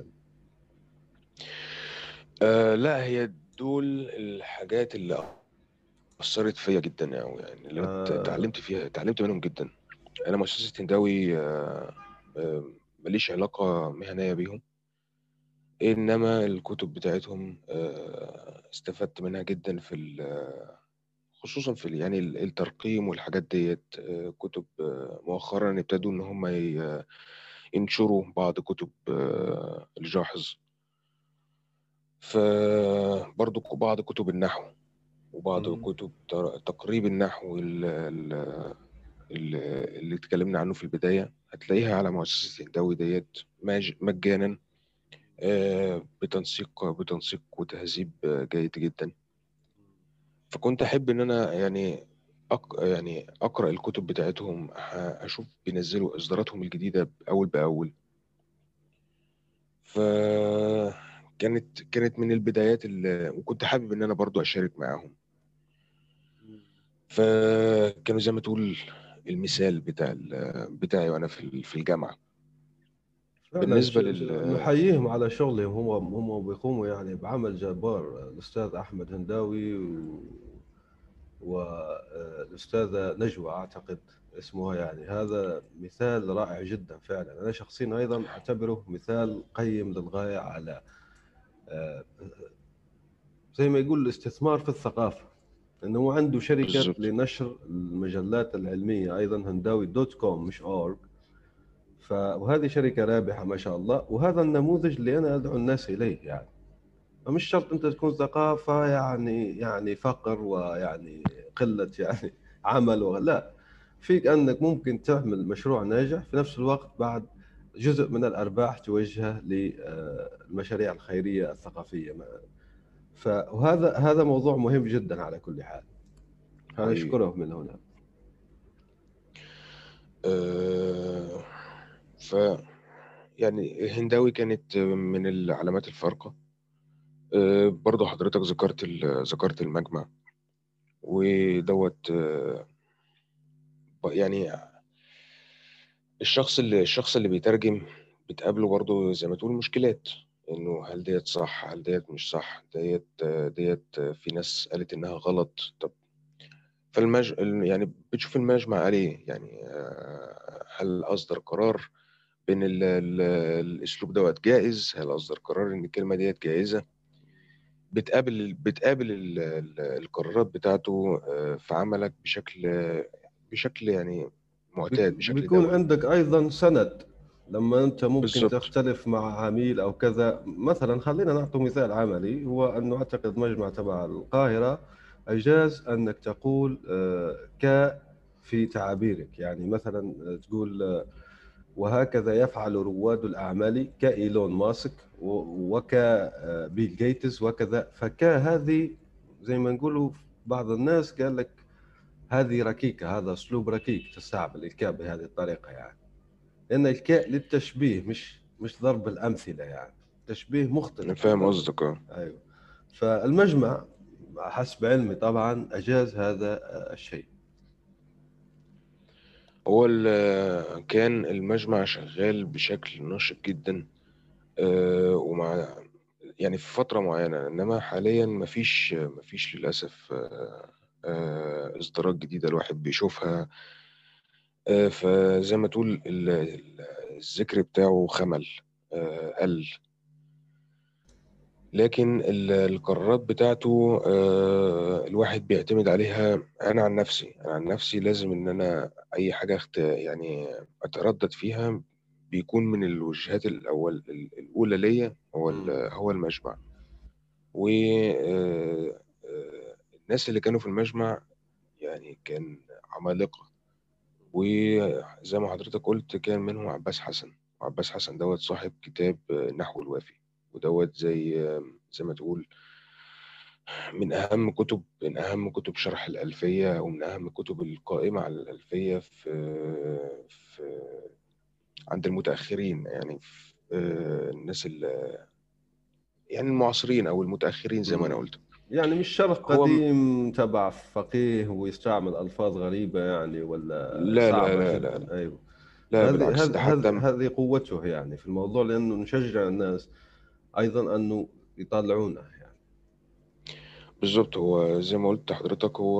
لا، هي دول الحاجات اللي أثرت فيا جدا يعني اللي أنا آه. اتعلمت منهم جدا. أنا مؤسسة هنداوي ماليش علاقة مهنية بيهم، إنما الكتب بتاعتهم استفدت منها جدا خصوصا يعني الترقيم والحاجات ديت. كتب مؤخرا ابتدوا إن هم ينشروا بعض كتب الجاحظ، فبرضو بعض كتب النحو، وبعض مم. كتب تقريب النحو اللي اتكلمنا عنه في البداية هتلاقيها على مؤسسة هنداوي ديت مجانا، بتنسيق وتهذيب جيد جدا. فكنت أحب إن أنا يعني يعني أقرأ الكتب بتاعتهم، أشوف بينزلوا إصداراتهم الجديدة أول بأول. كانت من البدايات وكنت حابب إن أنا برضو أشارك معاهم. فكانوا زي ما تقول المثال بتاعي وأنا في الجامعة. فعلا بالنسبة نحييهم على شغلهم. هم بيقوموا يعني بعمل جبار. الأستاذ أحمد هنداوي والأستاذة نجوى أعتقد اسمها، يعني هذا مثال رائع جدا فعلا. أنا شخصيا أيضا أعتبره مثال قيم للغاية على آه، زي ما يقول الاستثمار في الثقافة. انه هو عنده شركة بالظبط. لنشر المجلات العلمية ايضا، هنداوي دوت كوم مش اورج. وهذه شركة رابحة ما شاء الله، وهذا النموذج اللي انا ادعو الناس اليه. يعني فمش شرط انت تكون ثقافة يعني فقر ويعني قلة يعني عمل لا، فيك انك ممكن تعمل مشروع ناجح في نفس الوقت بعد جزء من الارباح توجهه للمشاريع الخيرية الثقافية. فهذا موضوع مهم جدا على كل حال، حقيقي. فنشكره من هنا. أه ف يعني الهنداوي كانت من العلامات الفارقة. برضو حضرتك ذكرت المجمع ودوت. يعني الشخص اللي بيترجم بتقابله برضو زي ما تقول مشكلات، انه هل ديت صح، هل ديت مش صح، ديت في ناس قالت انها غلط. طب يعني بتشوف المجمع قال ايه يعني. هل اصدر قرار بين الاسلوب دوت جائز، هل اصدر قرار ان الكلمة ديت جائزة. بتقابل القرارات بتاعته في عملك بشكل يعني معتاد، بشكل بيكون دوري. عندك أيضا سند لما أنت ممكن بالظبط. تختلف مع عميل أو كذا. مثلا خلينا نعطي مثال عملي، هو أنه أعتقد مجمع تبع القاهرة أجاز أنك تقول ك في تعابيرك، يعني مثلا تقول وهكذا يفعل رواد الأعمال كإيلون ماسك وكبيل جيتس وكذا. فكا هذه زي ما نقولوا بعض الناس قال لك هذه ركيكة، هذا أسلوب ركيك تستعمل الكاء بهذه الطريقة، يعني لأن الكاء للتشبيه مش ضرب الأمثلة، يعني تشبيه أنا مختلف فاهم تماما. قصدك. أيوة. فالمجمع حسب علمي طبعا أجاز هذا الشيء. هو كان المجمع شغال بشكل نشط جدا، ومع يعني في فترة معينة، إنما حاليا مفيش للأسف إصدارات جديدة الواحد بيشوفها. فزي ما تقول الذكر بتاعه خمل، قل. لكن القرارات بتاعته الواحد بيعتمد عليها. أنا عن نفسي لازم إن أنا أي حاجة يعني أتردد فيها بيكون من الوجهات الأولى ليا هو المجمع. والناس اللي كانوا في المجمع يعني كان عمالقة. وزي ما حضرتك قلت كان منهم عباس حسن. وعباس حسن دوت صاحب كتاب نحو الوافي، ودوت زي ما تقول من أهم كتب شرح الألفية، أو من أهم الكتب القائمة على الألفية في عند المتأخرين، يعني في الناس يعني المعاصرين أو المتأخرين زي ما أنا مم. قلت. يعني مش شرط هو قديم تبع فقيه ويستعمل ألفاظ غريبة يعني، ولا لا لا صعبة لا لا جدا. أيوة. لا، فهذه بالعكس، ده هذه حتى هذه هذه قوته يعني في الموضوع، لأنه نشجع الناس أيضا أنه يطلعونه يعني. بالظبط. هو زي ما قلت لحضرتك، هو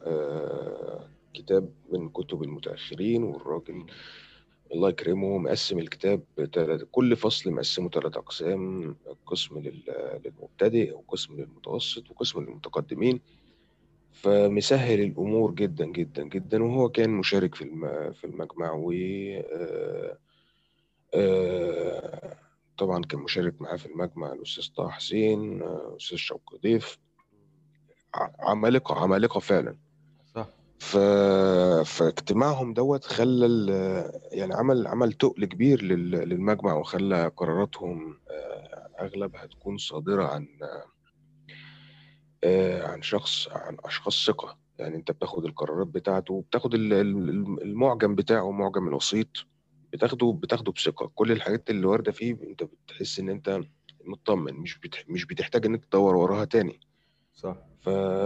كتاب من كتب المتأخرين. والراجل الله يكرمه مقسم الكتاب كل فصل مقسمه 3 أقسام: قسم للمبتدئ، وقسم للمتوسط، وقسم للمتقدمين. فمسهل الأمور جدا جدا جدا. وهو كان مشارك في المجمع، و آه، طبعا كان مشارك معاه في المجمع الأستاذ طه حسين، أستاذ شوقي ضيف. عمالقة فعلا. صح. ف... فاجتماعهم دوت خلى يعني عمل تقل كبير للمجمع، وخلى قراراتهم أغلبها تكون صادرة عن أشخاص ثقة. يعني أنت بتاخد القرارات بتاعته، وبتاخد المعجم بتاعه، معجم الوسيط، بتاخده بثقة. كل الحاجات اللي واردة فيه أنت بتحس إن أنت مطمن، مش بتحتاج إن أنت تدور وراها تاني. صح. ف...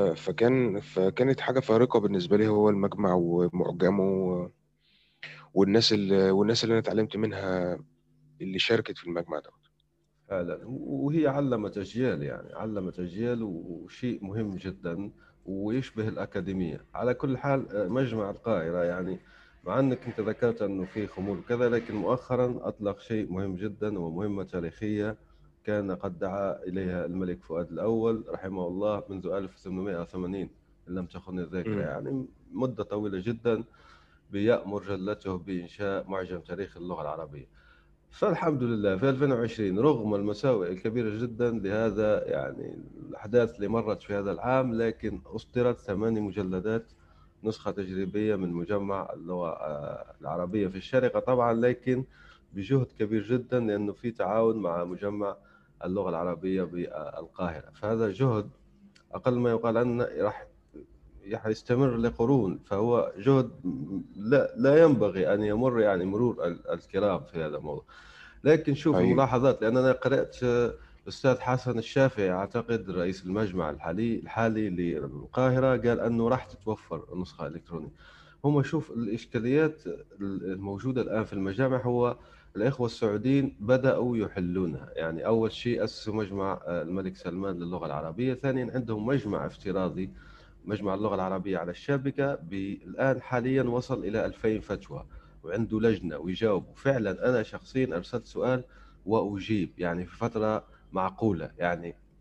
فكانت حاجة فارقة بالنسبة لي هو المجمع ومعجمه، والناس اللي أنا اتعلمت منها اللي شاركت في المجمع ده. فعلا. وهي علمت أجيال، يعني علمت أجيال، وشيء مهم جدا ويشبه الأكاديمية. على كل حال مجمع القاهرة يعني، مع أنك أنت ذكرت أنه في خمول كذا، لكن مؤخرا أطلق شيء مهم جدا ومهمة تاريخية كان قد دعا إليها الملك فؤاد الأول رحمه الله منذ 1880 إن لم تخن الذاكرة، مم. يعني مدة طويلة جدا، بيأمر جلته بإنشاء معجم تاريخ اللغة العربية. فالحمد لله في 2020 رغم المساوئ الكبيرة جدا لهذا يعني الأحداث اللي مرت في هذا العام، لكن أصدرت 8 مجلدات، نسخة تجريبية من مجمع اللغة العربية في الشارقة طبعا، لكن بجهد كبير جدا لأنه في تعاون مع مجمع اللغة العربية بالقاهرة. فهذا جهد أقل ما يقال أنه راح يستمر لقرون، فهو جهد لا ينبغي أن يمر يعني مرور الكرام في هذا الموضوع. لكن شوف حقيقي. الملاحظات، لأن أنا قرأت الأستاذ حسن الشافعي أعتقد رئيس المجمع الحالي للقاهرة قال أنه راح تتوفر نسخة إلكترونية. هم شوف الإشكاليات الموجودة الآن في المجامع، هو الإخوة السعوديين بدأوا يحلونها. يعني أول شيء أسسوا مجمع الملك سلمان للغة العربية، ثانيا عندهم مجمع افتراضي، مجمع اللغة العربية على الشابكة، الآن حاليا وصل إلى 2000 فتوى، وعنده لجنة ويجاوب. وفعلا أنا شخصيا أرسلت سؤال وأجيب يعني في فترة معقولة يعني.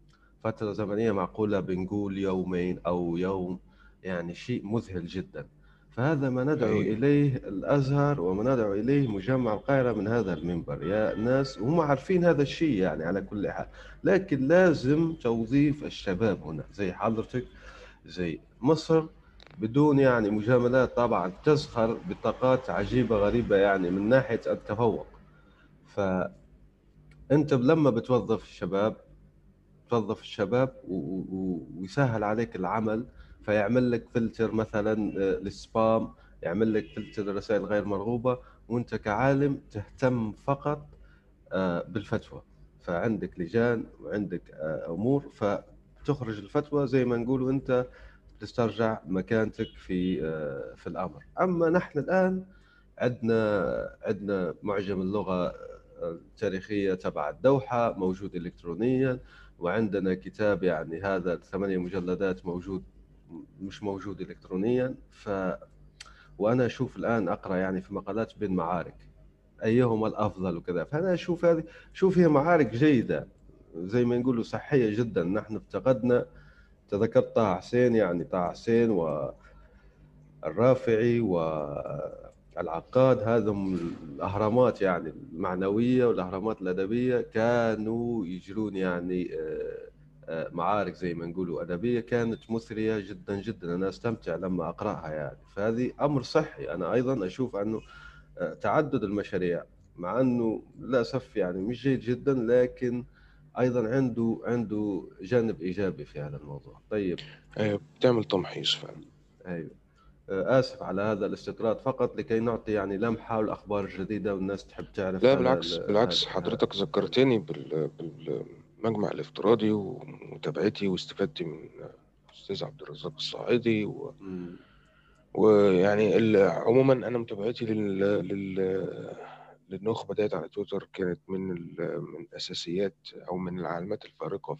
فترة زمنية معقولة بنقول يومين أو يوم، يعني شيء مذهل جدا. فهذا ما ندعو حقيقي. إليه الأزهر وما ندعو إليه مجمع القاهرة من هذا المنبر يا ناس، وهم عارفين هذا الشيء يعني على كل حال. لكن لازم توظيف الشباب هنا زي حضرتك، زي مصر، بدون يعني مجاملات طبعا، تزخر بطاقات عجيبة غريبة يعني من ناحية التفوق. فأنت لما بتوظف الشباب، توظف الشباب ويسهل عليك العمل، فيعمل لك فلتر مثلا للسبام، يعمل لك فلتر للرسائل غير مرغوبة، وانت كعالم تهتم فقط بالفتوى. فعندك لجان وعندك امور، فتخرج الفتوى زي ما نقول، وانت تسترجع مكانتك في الامر. اما نحن الان عندنا معجم اللغة التاريخية تبع الدوحة موجود إلكترونيا، وعندنا كتاب يعني هذا 8 مجلدات موجود، مش موجود إلكترونيا. وأنا أشوف الآن أقرأ يعني في مقالات بين معارك أيهما الأفضل وكذا. فأنا أشوف هذه، شوف هي معارك جيدة زي ما نقولوا صحية جدا. نحن افتقدنا، تذكرت طه حسين، يعني طه حسين والرافعي والعقاد، هذم الأهرامات يعني المعنوية والأهرامات الأدبية، كانوا يجرون يعني معارك زي ما نقولوا أدبية، كانت مثرية جدا جدا. أنا أستمتع لما أقرأها يعني. فهذه أمر صحي. أنا أيضا أشوف أنه تعدد المشاريع، مع أنه للأسف يعني مش جيد جدا، لكن أيضا عنده جانب إيجابي في هذا الموضوع. طيب. بتعمل تمحيص فعلا. أيوه. آسف على هذا الاستطراد، فقط لكي نعطي يعني لمحة والأخبار الجديدة والناس تحب تعرف لا، على بالعكس بالعكس، هذا حضرتك ذكرتني بالمجمع الافتراضي ومتابعتي واستفادتي من الأستاذ عبد الرزاق الصاعدي مم. ويعني عموما أنا متابعتي للنخبة ديت على تويتر كانت من أساسيات أو من العلامات الفارقة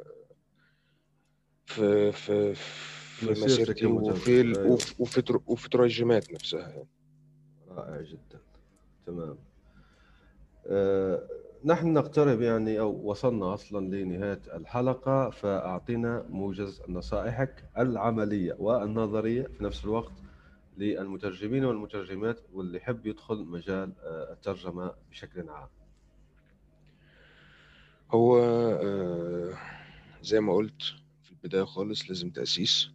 في مسيرتك مسيرتي كمترجم. أيوه. وفي ترجمات نفسها يعني. رائع جدا. تمام. نحن نقترب يعني أو وصلنا أصلا لنهاية الحلقة، فأعطينا موجز نصائحك العملية والنظرية في نفس الوقت للمترجمين والمترجمات واللي يحب يدخل مجال الترجمة بشكل عام. هو زي ما قلت في البداية خالص، لازم تأسيس.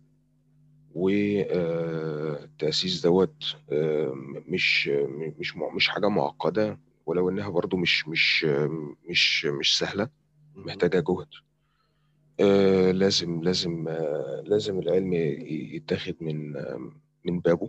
والتأسيس دوت مش حاجة معقدة، ولو إنها برضو مش سهلة، مهم. محتاجة جهد. لازم العلم يتاخد من بابه.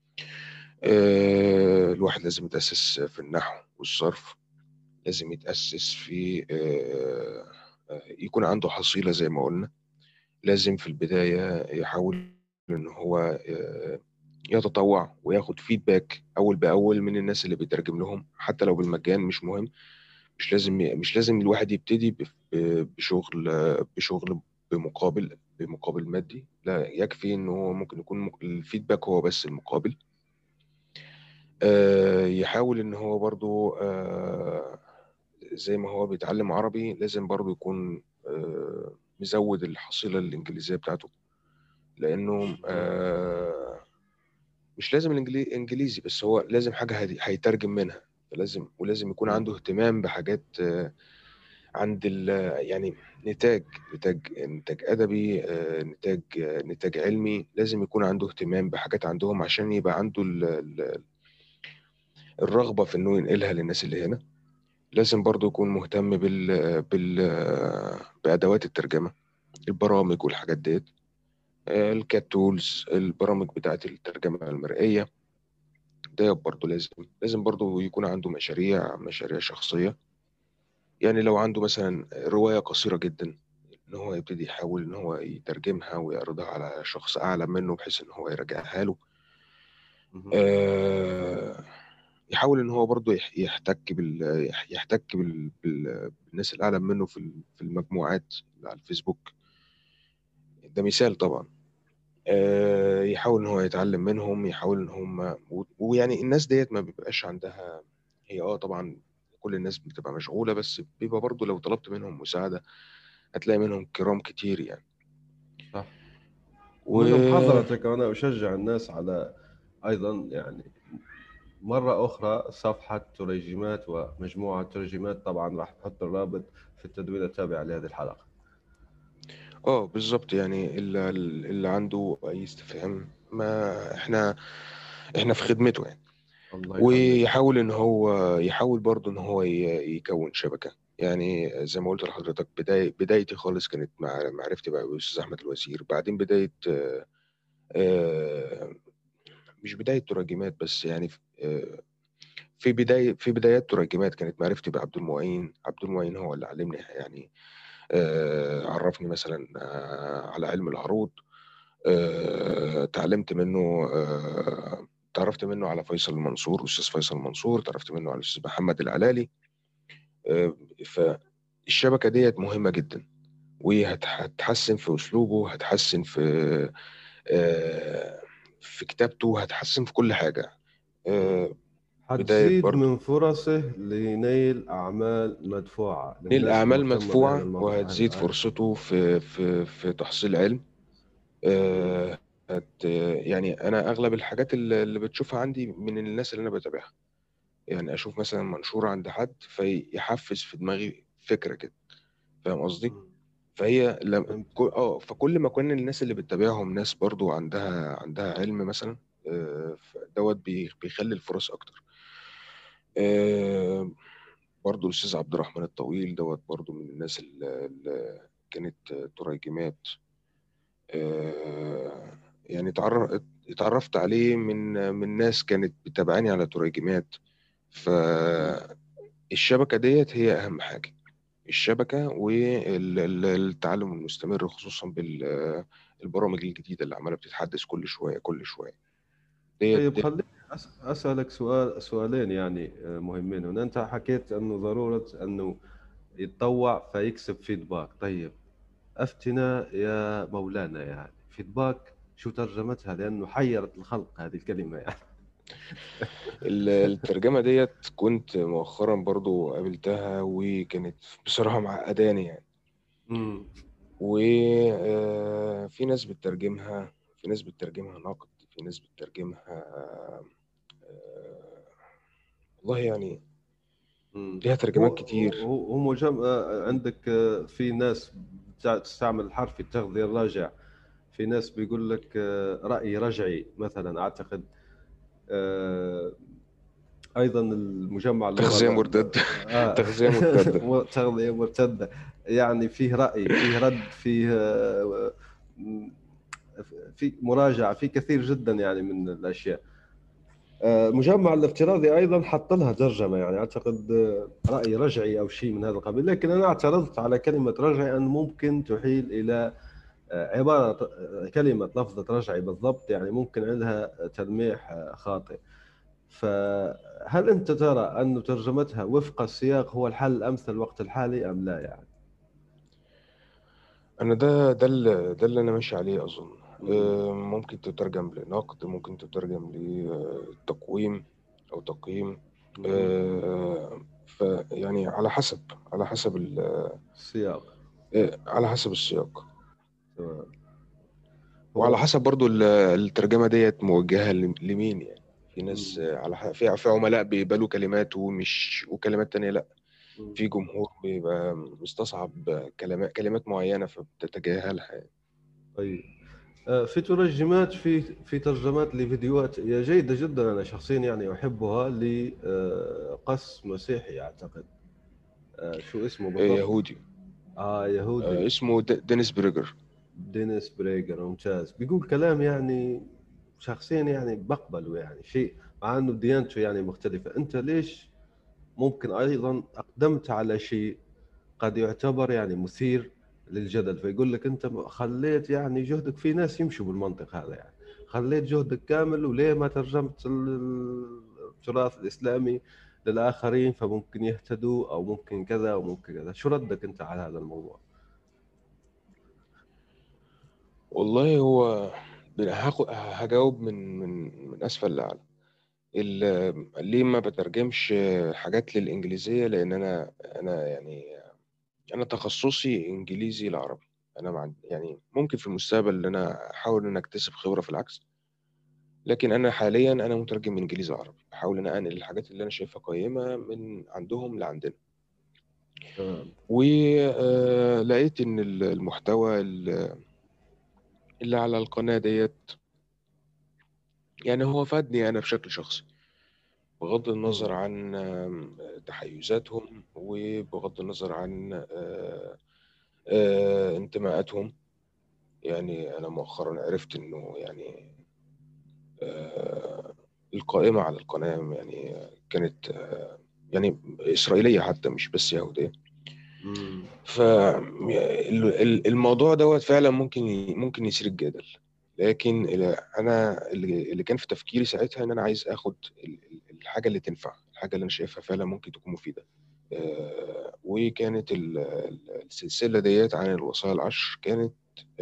الواحد لازم يتأسس في النحو والصرف، لازم يتأسس في يكون عنده حصيلة زي ما قلنا. لازم في البداية يحاول إن هو يتطوع وياخد فيدباك أول بأول من الناس اللي بيترجم لهم، حتى لو بالمجان مش مهم. مش لازم الواحد يبتدي بشغل بمقابل مادي. لا، يكفي إن هو ممكن يكون الفيدباك هو بس المقابل. يحاول إن هو برضو زي ما هو بيتعلم عربي، لازم برضو يكون مزود الحصيلة الإنجليزية بتاعته، لأنه مش لازم الإنجليزي بس، هو لازم حاجة هيترجم منها. ولازم يكون عنده اهتمام بحاجات عند يعني نتاج أدبي، نتاج علمي. لازم يكون عنده اهتمام بحاجات عندهم عشان يبقى عنده الرغبة في إنه ينقلها للناس اللي هنا. لازم برضو يكون مهتم بأدوات الترجمة، البرامج والحاجات ديت، الكات تولز، البرامج بتاعت الترجمة المرئية. ده برضو لازم برضو يكون عنده مشاريع شخصية. يعني لو عنده مثلا رواية قصيرة جدا، إن هو يبتدي يحاول إن هو يترجمها ويعرضها على شخص أعلم منه بحيث إن هو يراجعها له. يحاول إن هو برضو يحتك بالناس الأعلم منه في المجموعات على الفيسبوك. ده مثال طبعا. يحاول ان هو يتعلم منهم، يحاول ان هم ويعني الناس ديت ما بيبقاش عندها، هي طبعا كل الناس بتبقى مشغولة، بس بيبقى برضو لو طلبت منهم مساعدة هتلاقي منهم كرام كتير يعني. صح. و ومنهم حضرتك، أنا أشجع الناس على أيضا يعني مرة أخرى صفحة ترجمات ومجموعة ترجمات، طبعا راح نحط الرابط في التدوين التابع لهذه الحلقة. بالظبط، يعني اللي عنده اي استفهام، ما احنا في خدمته يعني. الله يخليك. ويحاول ان هو يحاول برضه ان هو يكون شبكه. يعني زي ما قلت لحضرتك، بدايتي خالص كانت مع معرفتي بقى بالاستاذ احمد الوزير، بعدين بدايه آه، مش بدايه تراجمات بس، يعني في بدايات تراجمات كانت معرفتي بعبد المعين. عبد المعين هو اللي علمني يعني، عرفني مثلا على علم العروض. تعلمت منه، تعرفت منه على فيصل المنصور، أستاذ فيصل المنصور، تعرفت منه على الأستاذ محمد العلالي. آه، فالشبكة ديت مهمة جدا، وهتحسن في أسلوبه، هتحسن في كتابته، هتحسن في كل حاجة. آه، بداية حتزيد برضو من فرصه لنيل أعمال مدفوعة نيل للناس أعمال المهتمة بهذا مدفوعة، الموضوع. وهتزيد فرصته في تحصيل علم. آه، يعني أنا أغلب الحاجات اللي بتشوفها عندي من الناس اللي أنا بتابعها، يعني اشوف مثلا منشور عند حد فيحفز في دماغي فكره كده. فاهم قصدي؟ فهي فهمت. فكل ما كان الناس اللي بتتابعهم ناس برضو عندها علم مثلا، دوت بيخلي الفرص اكتر. آه، برضو الاستاذ عبد الرحمن الطويل دوت برضو من الناس اللي كانت تراجمات. يعني اتعرفت عليه من ناس كانت بتتابعني على تراجمات. فالشبكة ديت هي أهم حاجة، الشبكة والتعلم المستمر، خصوصا بالبرامج الجديدة اللي عمالة بتتحدث كل شوية كل شوية طيب ديت. خليني أسألك سؤالين يعني مهمين هنا. أنت حكيت أنه ضرورة أنه يتطوع فيكسب فيدباك. طيب أفتنا يا مولانا، يعني فيدباك شو ترجمتها؟ لأنه حيرت الخلق هذه الكلمة يعني. الترجمة ديت كنت مؤخرا برضو قابلتها، وكانت بصراحة معقداني يعني. امم وفي ناس بتترجمها، في ناس بتترجمها نقد، في ناس بتترجمها والله يعني امم ليها هو ترجمات كتير. هو عندك في ناس تستعمل الحرف التغذية الراجع. في ناس بيقول لك رأي رجعي مثلا، أعتقد. آه، ايضا المجمع اللغه تغذية مرتدة. آه تغذية مرتدة. تغذيه مرتده. يعني فيه راي، فيه رد، فيه في مراجعه، في كثير جدا يعني من الاشياء. مجمع الافتراضي ايضا حط لها ترجمه، يعني اعتقد راي رجعي او شيء من هذا القبيل. لكن انا اعترضت على كلمه رجعي، ان ممكن تحيل الى عباره كلمه لفظه رجعي بالضبط، يعني ممكن عندها تلميح خاطئ. فهل أنت ترى أن ترجمتها وفق السياق هو الحل الأمثل الوقت الحالي أم لا يعني؟ انا ده اللي انا ماشي عليه اظن. مم. ممكن تترجم لنقد، ممكن تترجم لتقويم او تقييم. مم. فيعني على حسب السياق. على حسب السياق، تمام. وعلى هو حسب برضو الترجمة ديت موجهة لمين يعني. في ناس مم. في عملاء بيقبلوا كلمات ومش، وكلمات تانية لا. مم. في جمهور بيبقى مستصعب كلمات معينة فبتتجاهلها يعني. طيب في ترجمات، في ترجمات لفيديوهات هي جيدة جدا، أنا شخصيا يعني أحبها، لقس مسيحي أعتقد. شو اسمه بالضبط؟ يهودي، يهودي. اسمه دينيس بريجر. دينيس بريغر، ممتاز. بيقول كلام يعني شخصيا يعني بقبله، يعني شيء مع انه ديانته يعني مختلفة. انت ليش ممكن ايضا اقدمت على شيء قد يعتبر يعني مثير للجدل؟ فيقول لك انت خليت يعني جهدك، في ناس يمشوا بالمنطق هذا يعني، خليت جهدك كامل وليه ما ترجمت التراث الاسلامي للاخرين فممكن يهتدوا، او ممكن كذا او ممكن كذا. شو ردك انت على هذا الموضوع؟ والله هو هجاوب من اسفل لاعلى. ليه ما بترجمش حاجات للانجليزيه؟ لان انا يعني انا تخصصي انجليزي العربي. انا يعني ممكن في المستقبل ان انا احاول ان اكتسب خبره في العكس، لكن انا حاليا انا مترجم من انجليزي لعربي، بحاول ان انقل الحاجات اللي انا شايفها قيمه من عندهم لعندنا. تمام. ولقيت ان المحتوى اللي على القناه ديت يعني هو فادني انا بشكل شخصي، بغض النظر مم. عن تحيزاتهم، وبغض النظر عن انتماءاتهم. يعني أنا مؤخرا عرفت إنه يعني القائمة على القناة يعني كانت يعني إسرائيلية حتى، مش بس يهودية. مم. فالموضوع دوت فعلا ممكن يثير الجدل، لكن أنا اللي كان في تفكيري ساعتها إن أنا عايز آخد الحاجة اللي تنفع، الحاجة اللي أنا شايفها فعلا ممكن تكون مفيدة. وكانت السلسلة ديت عن الوصايا العشر كانت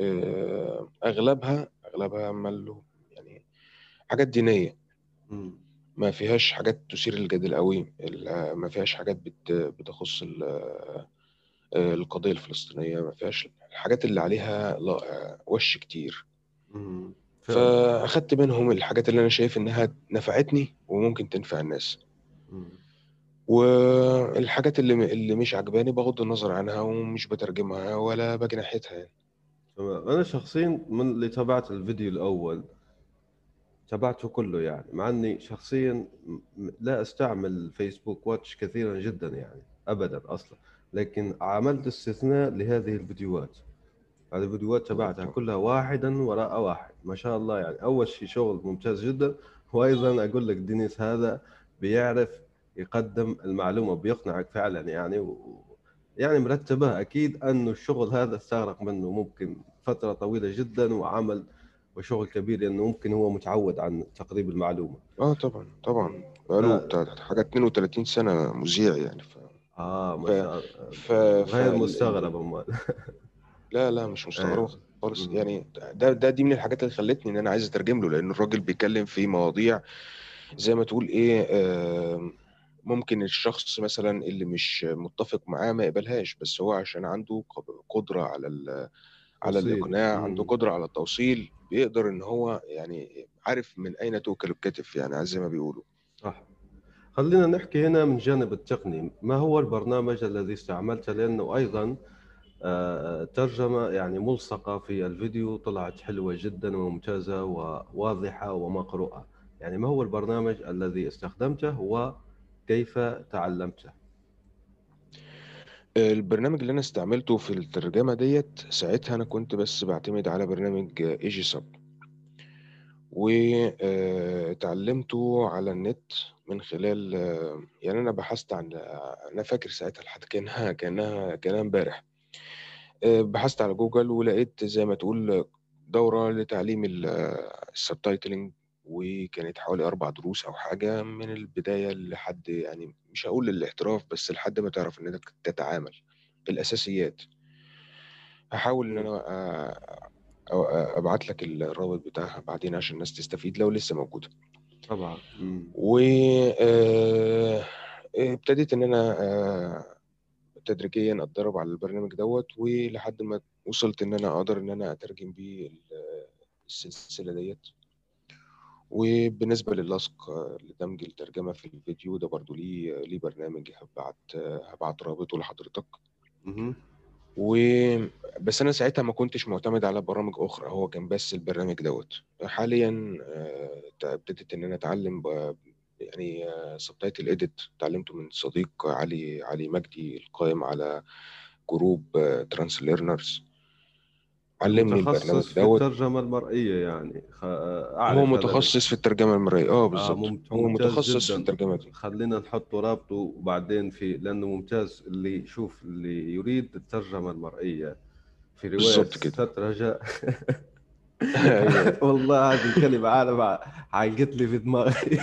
أغلبها ماله يعني حاجات دينية، مم. ما فيهاش حاجات تثير الجدل قوي، ما فيهاش حاجات بتخص القضية الفلسطينية، ما فيهاش الحاجات اللي عليها وش كتير. مم. فعلا. فأخدت منهم الحاجات اللي أنا شايف إنها نفعتني وممكن تنفع الناس، مم. والحاجات اللي مش عجباني بغض النظر عنها ومش بترجمها ولا باجي ناحيتها يعني. تمام. أنا شخصيا من اللي تابعت الفيديو الأول تابعته كله، يعني مع أني شخصيا لا أستعمل فيسبوك واتش كثيرا جدا يعني أبدا أصلا، لكن عملت استثناء لهذه الفيديوهات. هذه الفيديوهات تبعتها كلها واحدا وراء واحد، ما شاء الله. يعني أول شيء شغل ممتاز جدا، وأيضا أقول لك دينيس هذا بيعرف يقدم المعلومة، بيقنعك فعلا يعني يعني مرتبة. أكيد أنه الشغل هذا استغرق منه ممكن فترة طويلة جدا وعمل وشغل كبير، لأنه ممكن هو متعود عن تقريب المعلومة. اه طبعا طبعا، ف... بقاله بتاع حاجة 32 سنة مذيع يعني ما ف شاء ف الله، ف غير مستغرب أمال. لا لا مش مستغربة أيوه. خالص أمم. يعني. دي من الحاجات اللي خلتني ان انا عايز اترجم له، لان الراجل بيتكلم في مواضيع زي ما تقول ايه، ممكن الشخص مثلا اللي مش متفق معاه ما يقبلهاش، بس هو عشان عنده قدرة على توصيل. الإقناع، عنده قدرة على التوصيل، بيقدر إن هو يعني عارف من أين تؤكل الكتف يعني زي ما بيقولوا. صح. خلينا نحكي هنا من جانب التقني، ما هو البرنامج الذي استعملته؟ لأنه أيضا ترجمة يعني ملصقة في الفيديو طلعت حلوة جدا وممتازة وواضحة ومقروءة. يعني ما هو البرنامج الذي استخدمته وكيف تعلمته؟ البرنامج اللي أنا استعملته في الترجمة ديت ساعتها أنا كنت بس بعتمد على برنامج ايجي سب، وتعلمته على النت من خلال يعني أنا بحثت عن، أنا فاكر ساعتها لحد كأنها امبارح، بحثت على جوجل ولقيت زي ما تقول دورة لتعليم السبتايتلينج، وكانت حوالي 4 دروس أو حاجة من البداية لحد يعني مش هقول للاحتراف، بس لحد ما تعرف إنك تتعامل الأساسيات. هحاول إن مم. أنا أبعت لك الرابط بتاعها بعدين عشان الناس تستفيد لو لسه موجودة. طبعا. مم. وابتديت إن أنا تدريجيا اتدرب على البرنامج دوت، ولحد ما وصلت ان انا اقدر ان انا اترجم بيه السلسله ديت. وبالنسبه للصق لدمج الترجمه في الفيديو ده برضو ليه برنامج هبعت رابطه لحضرتك. مهم. بس انا ساعتها ما كنتش معتمد على برامج اخرى، هو كان بس البرنامج دوت. حاليا ابتديت ان انا اتعلم يعني سبتايتل اديت، اتعلمته من صديق علي مجدي القائم على جروب ترانسليرنرز، علمني البرنامج المتخصص في دوت. الترجمة المرئية يعني هو أعرف هذا متخصص في الترجمة المرئية، بالظبط هو ممتاز متخصص في جدا. الترجمة دي. خلينا نحط رابطه وبعدين في، لأنه ممتاز اللي يشوف اللي يريد الترجمة المرئية في رواية بالظبط كده. سترجة. ايوه ايوه. والله هذه الكلمة عالم عاقت لي في دماغي.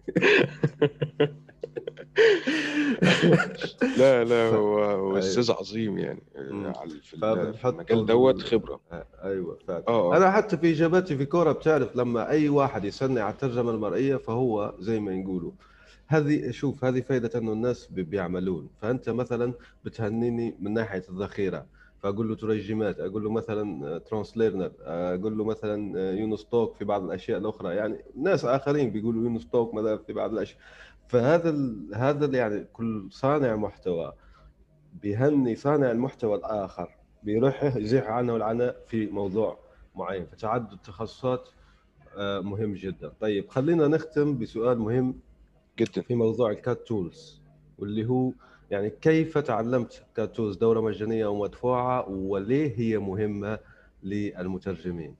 لا لا ف... هو أيوه. استاذ عظيم يعني مم. في المجال فبنحطه دوت خبرة. ايوه فعلا. اه اه. انا حتى في اجاباتي في كوره بتعرف، لما اي واحد يسالني على الترجمه المرئيه فهو زي ما يقولوا هذه شوف، هذه فائدة انه الناس بيعملون. فانت مثلا بتهنيني من ناحية الذخيرة، فاقول له ترجمات، اقول له مثلا ترانسليرنر، اقول له مثلا يونستوك في بعض الاشياء الاخرى. يعني ناس اخرين بيقولوا يونستوك مثلا في بعض الاشياء. فهذا يعني كل صانع محتوى بيهني صانع المحتوى الآخر، بيروح يزيح عنه العناء في موضوع معين. فتعدد التخصصات مهم جدا. طيب خلينا نختم بسؤال مهم جدا. في موضوع الكات تولز، واللي هو يعني كيف تعلمت كات تولز؟ دورة مجانية أو مدفوعة؟ وليه هي مهمة للمترجمين؟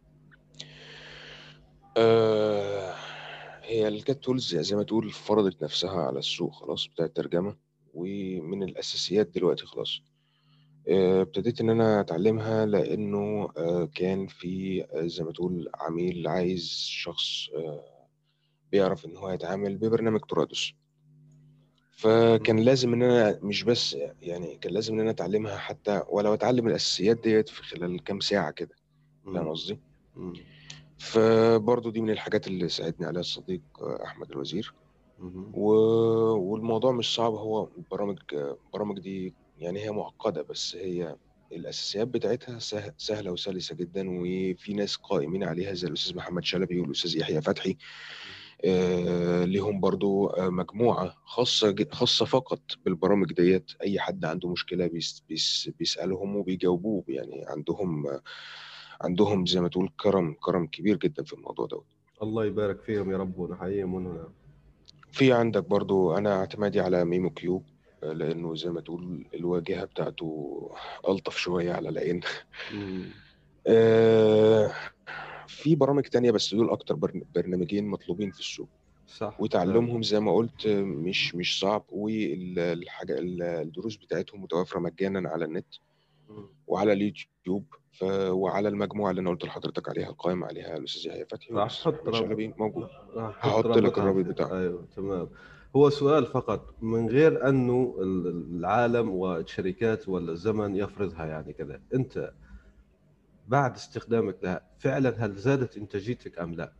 هي الكات تولز زي ما تقول فرضت نفسها على السوق خلاص بتاع الترجمة، ومن الأساسيات دلوقتي خلاص. ابتديت إن أنا أتعلمها لأنه كان في زي ما تقول عميل عايز شخص بيعرف إن هو يتعامل ببرنامج تورادوس. فكان لازم إن أنا مش بس يعني كان لازم إن أنا أتعلمها حتى ولو أتعلم الأساسيات ديت في خلال كام ساعة كده. فاهم قصدي؟ مم. فبرضه دي من الحاجات اللي ساعدني عليها الصديق أحمد الوزير. مم. والموضوع مش صعب. هو البرامج دي يعني هي معقدة، بس هي الأساسيات بتاعتها سهلة وسلسة جدا، وفي ناس قائمين عليها زي الأستاذ محمد شلبي والأستاذ يحيى فتحي. ليهم برضو مجموعة خاصة فقط بالبرامج ديت. أي حد عنده مشكلة بيسألهم وبيجاوبوه. يعني عندهم زي ما تقول كرم كبير جدا في الموضوع دوت. الله يبارك فيهم يا رب، ونحييهم من هنا. في عندك برضو أنا اعتمادي على ميمو كيو، لأنه زي ما تقول الواجهة بتاعته ألطف شوية على العين. مم. آه، في برامج تانية بس دول أكتر برنامجين مطلوبين في السوق، صح فعلا. وتعلمهم زي ما قلت مش صعب. والحاجة الدروس بتاعتهم متوفرة مجانا على النت مم. وعلى اليوتيوب. وعلى المجموعة اللي أنا قلت لحضرتك عليها القائم عليها الأستاذ يحيى فتحي راح والأستاذ احط محمد شلبي موجود. راح احط هحط لك رابطها الرابط في، بتاعه. ايوه تمام. هو سؤال فقط، من غير انه العالم والشركات ولا الزمن يفرضها، يعني كذا، انت بعد استخدامك لها فعلا هل زادت انتاجيتك ام لا؟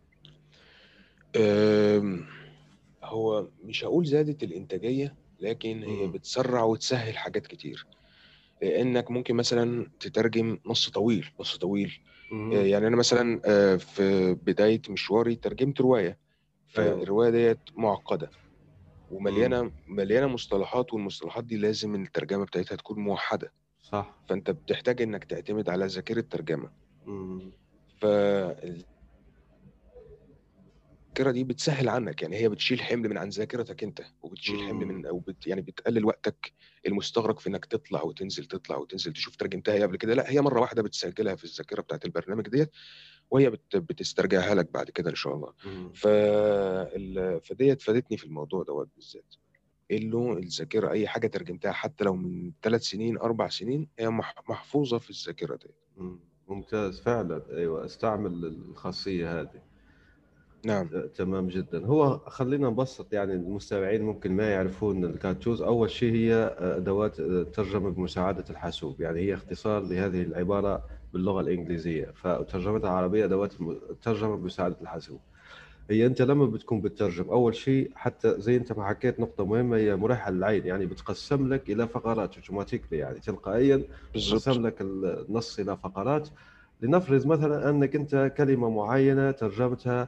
أم، هو مش هقول زادت الإنتاجية، لكن هي مم. بتسرع وتسهل حاجات كتير. لأنك ممكن مثلا تترجم نص طويل. مم. يعني أنا مثلا في بداية مشواري ترجمت رواية. ايوه. فالرواية ديت معقدة مم. ومليانة مصطلحات، والمصطلحات دي لازم الترجمة بتاعتها تكون موحدة. صح. فأنت بتحتاج إنك تعتمد على ذاكرة ترجمة. مم. فالذاكرة دي بتسهل عنك، يعني هي بتشيل حمل من عن ذاكرتك أنت، وبتشيل حمل مم. من يعني بتقلل وقتك المستغرق في إنك تطلع وتنزل تشوف ترجمتها إيه قبل كده. لا، هي مرة واحدة بتسجلها في الذاكرة بتاعت البرنامج ديت، وهي بتسترجعها لك بعد كده إن شاء الله. مم. فديت فادتني في الموضوع دوت بالذات. له الذاكرة أي حاجة ترجمتها حتى لو من 3 سنين 4 سنين هي محفوظة في الذاكرة دي. مم. ممتاز فعلا. ايوه، استعمل الخاصية هذه. نعم. تمام جدا. هو خلينا نبسط، يعني المستمعين ممكن ما يعرفون الكاتشوز. أول شيء هي أدوات ترجمة بمساعدة الحاسوب، يعني هي اختصار لهذه العبارة باللغة الإنجليزية، فترجمتها عربية أدوات الترجمة بمساعدة الحاسوب. هي أنت لما بتكون بتترجم، أول شيء حتى زي أنت ما حكيت نقطة مهمة، هي مريحة للعين، يعني بتقسم لك إلى فقرات اوتوماتيكلي، يعني تلقائيا بالظبط. تقسم لك النص إلى فقرات. لنفرض مثلا أنك أنت كلمة معينة ترجمتها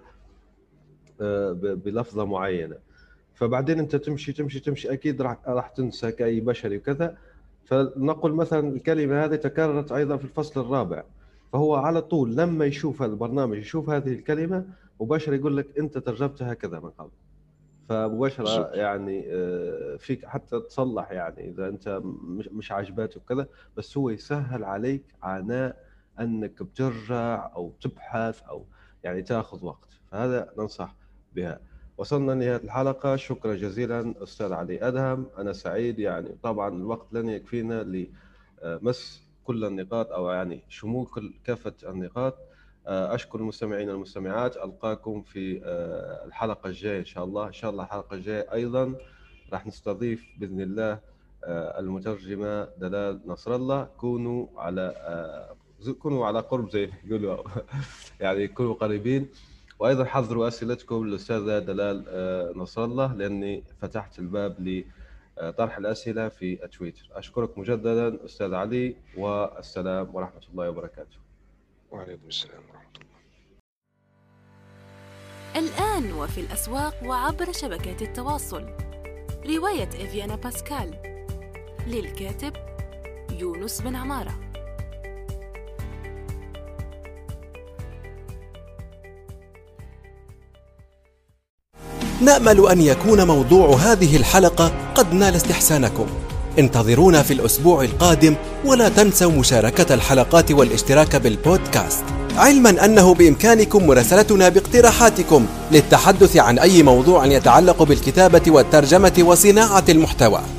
بلفظة معينة، فبعدين انت تمشي اكيد راح تنسى كأي بشري وكذا. فنقول مثلا الكلمة هذه تكررت ايضا في الفصل الرابع، فهو على طول لما يشوف البرنامج يشوف هذه الكلمة مباشرة يقول لك انت ترجمتها كذا من قبل. فمباشرة بالظبط. يعني فيك حتى تصلح، يعني اذا انت مش عاجباته وكذا، بس هو يسهل عليك عناء انك بترجع او تبحث او يعني تاخذ وقت. فهذا ننصح بها. وصلنا لنهاية الحلقة، شكرا جزيلا أستاذ علي أدهم. أنا سعيد، يعني طبعا الوقت لن يكفينا لمس كل النقاط أو يعني شمول كافة النقاط. أشكر المستمعين والمستمعات. ألقاكم في الحلقة الجاية إن شاء الله. إن شاء الله الحلقة الجاية أيضا راح نستضيف بإذن الله المترجمة دلال نصر الله. كونوا على قرب زي ما يقولوا يعني كونوا قريبين. وأيضا حضروا أسئلتكم للأستاذة دلال نصر الله، لأني فتحت الباب لطرح الأسئلة في تويتر. أشكرك مجددا أستاذ علي، والسلام ورحمة الله وبركاته. وعليكم السلام ورحمة الله. الآن وفي الأسواق وعبر شبكات التواصل، رواية إفيانا باسكال للكاتب يونس بن عمارة. نأمل أن يكون موضوع هذه الحلقة قد نال استحسانكم. انتظرونا في الأسبوع القادم، ولا تنسوا مشاركة الحلقات والاشتراك بالبودكاست، علما أنه بإمكانكم مراسلتنا باقتراحاتكم للتحدث عن أي موضوع يتعلق بالكتابة والترجمة وصناعة المحتوى.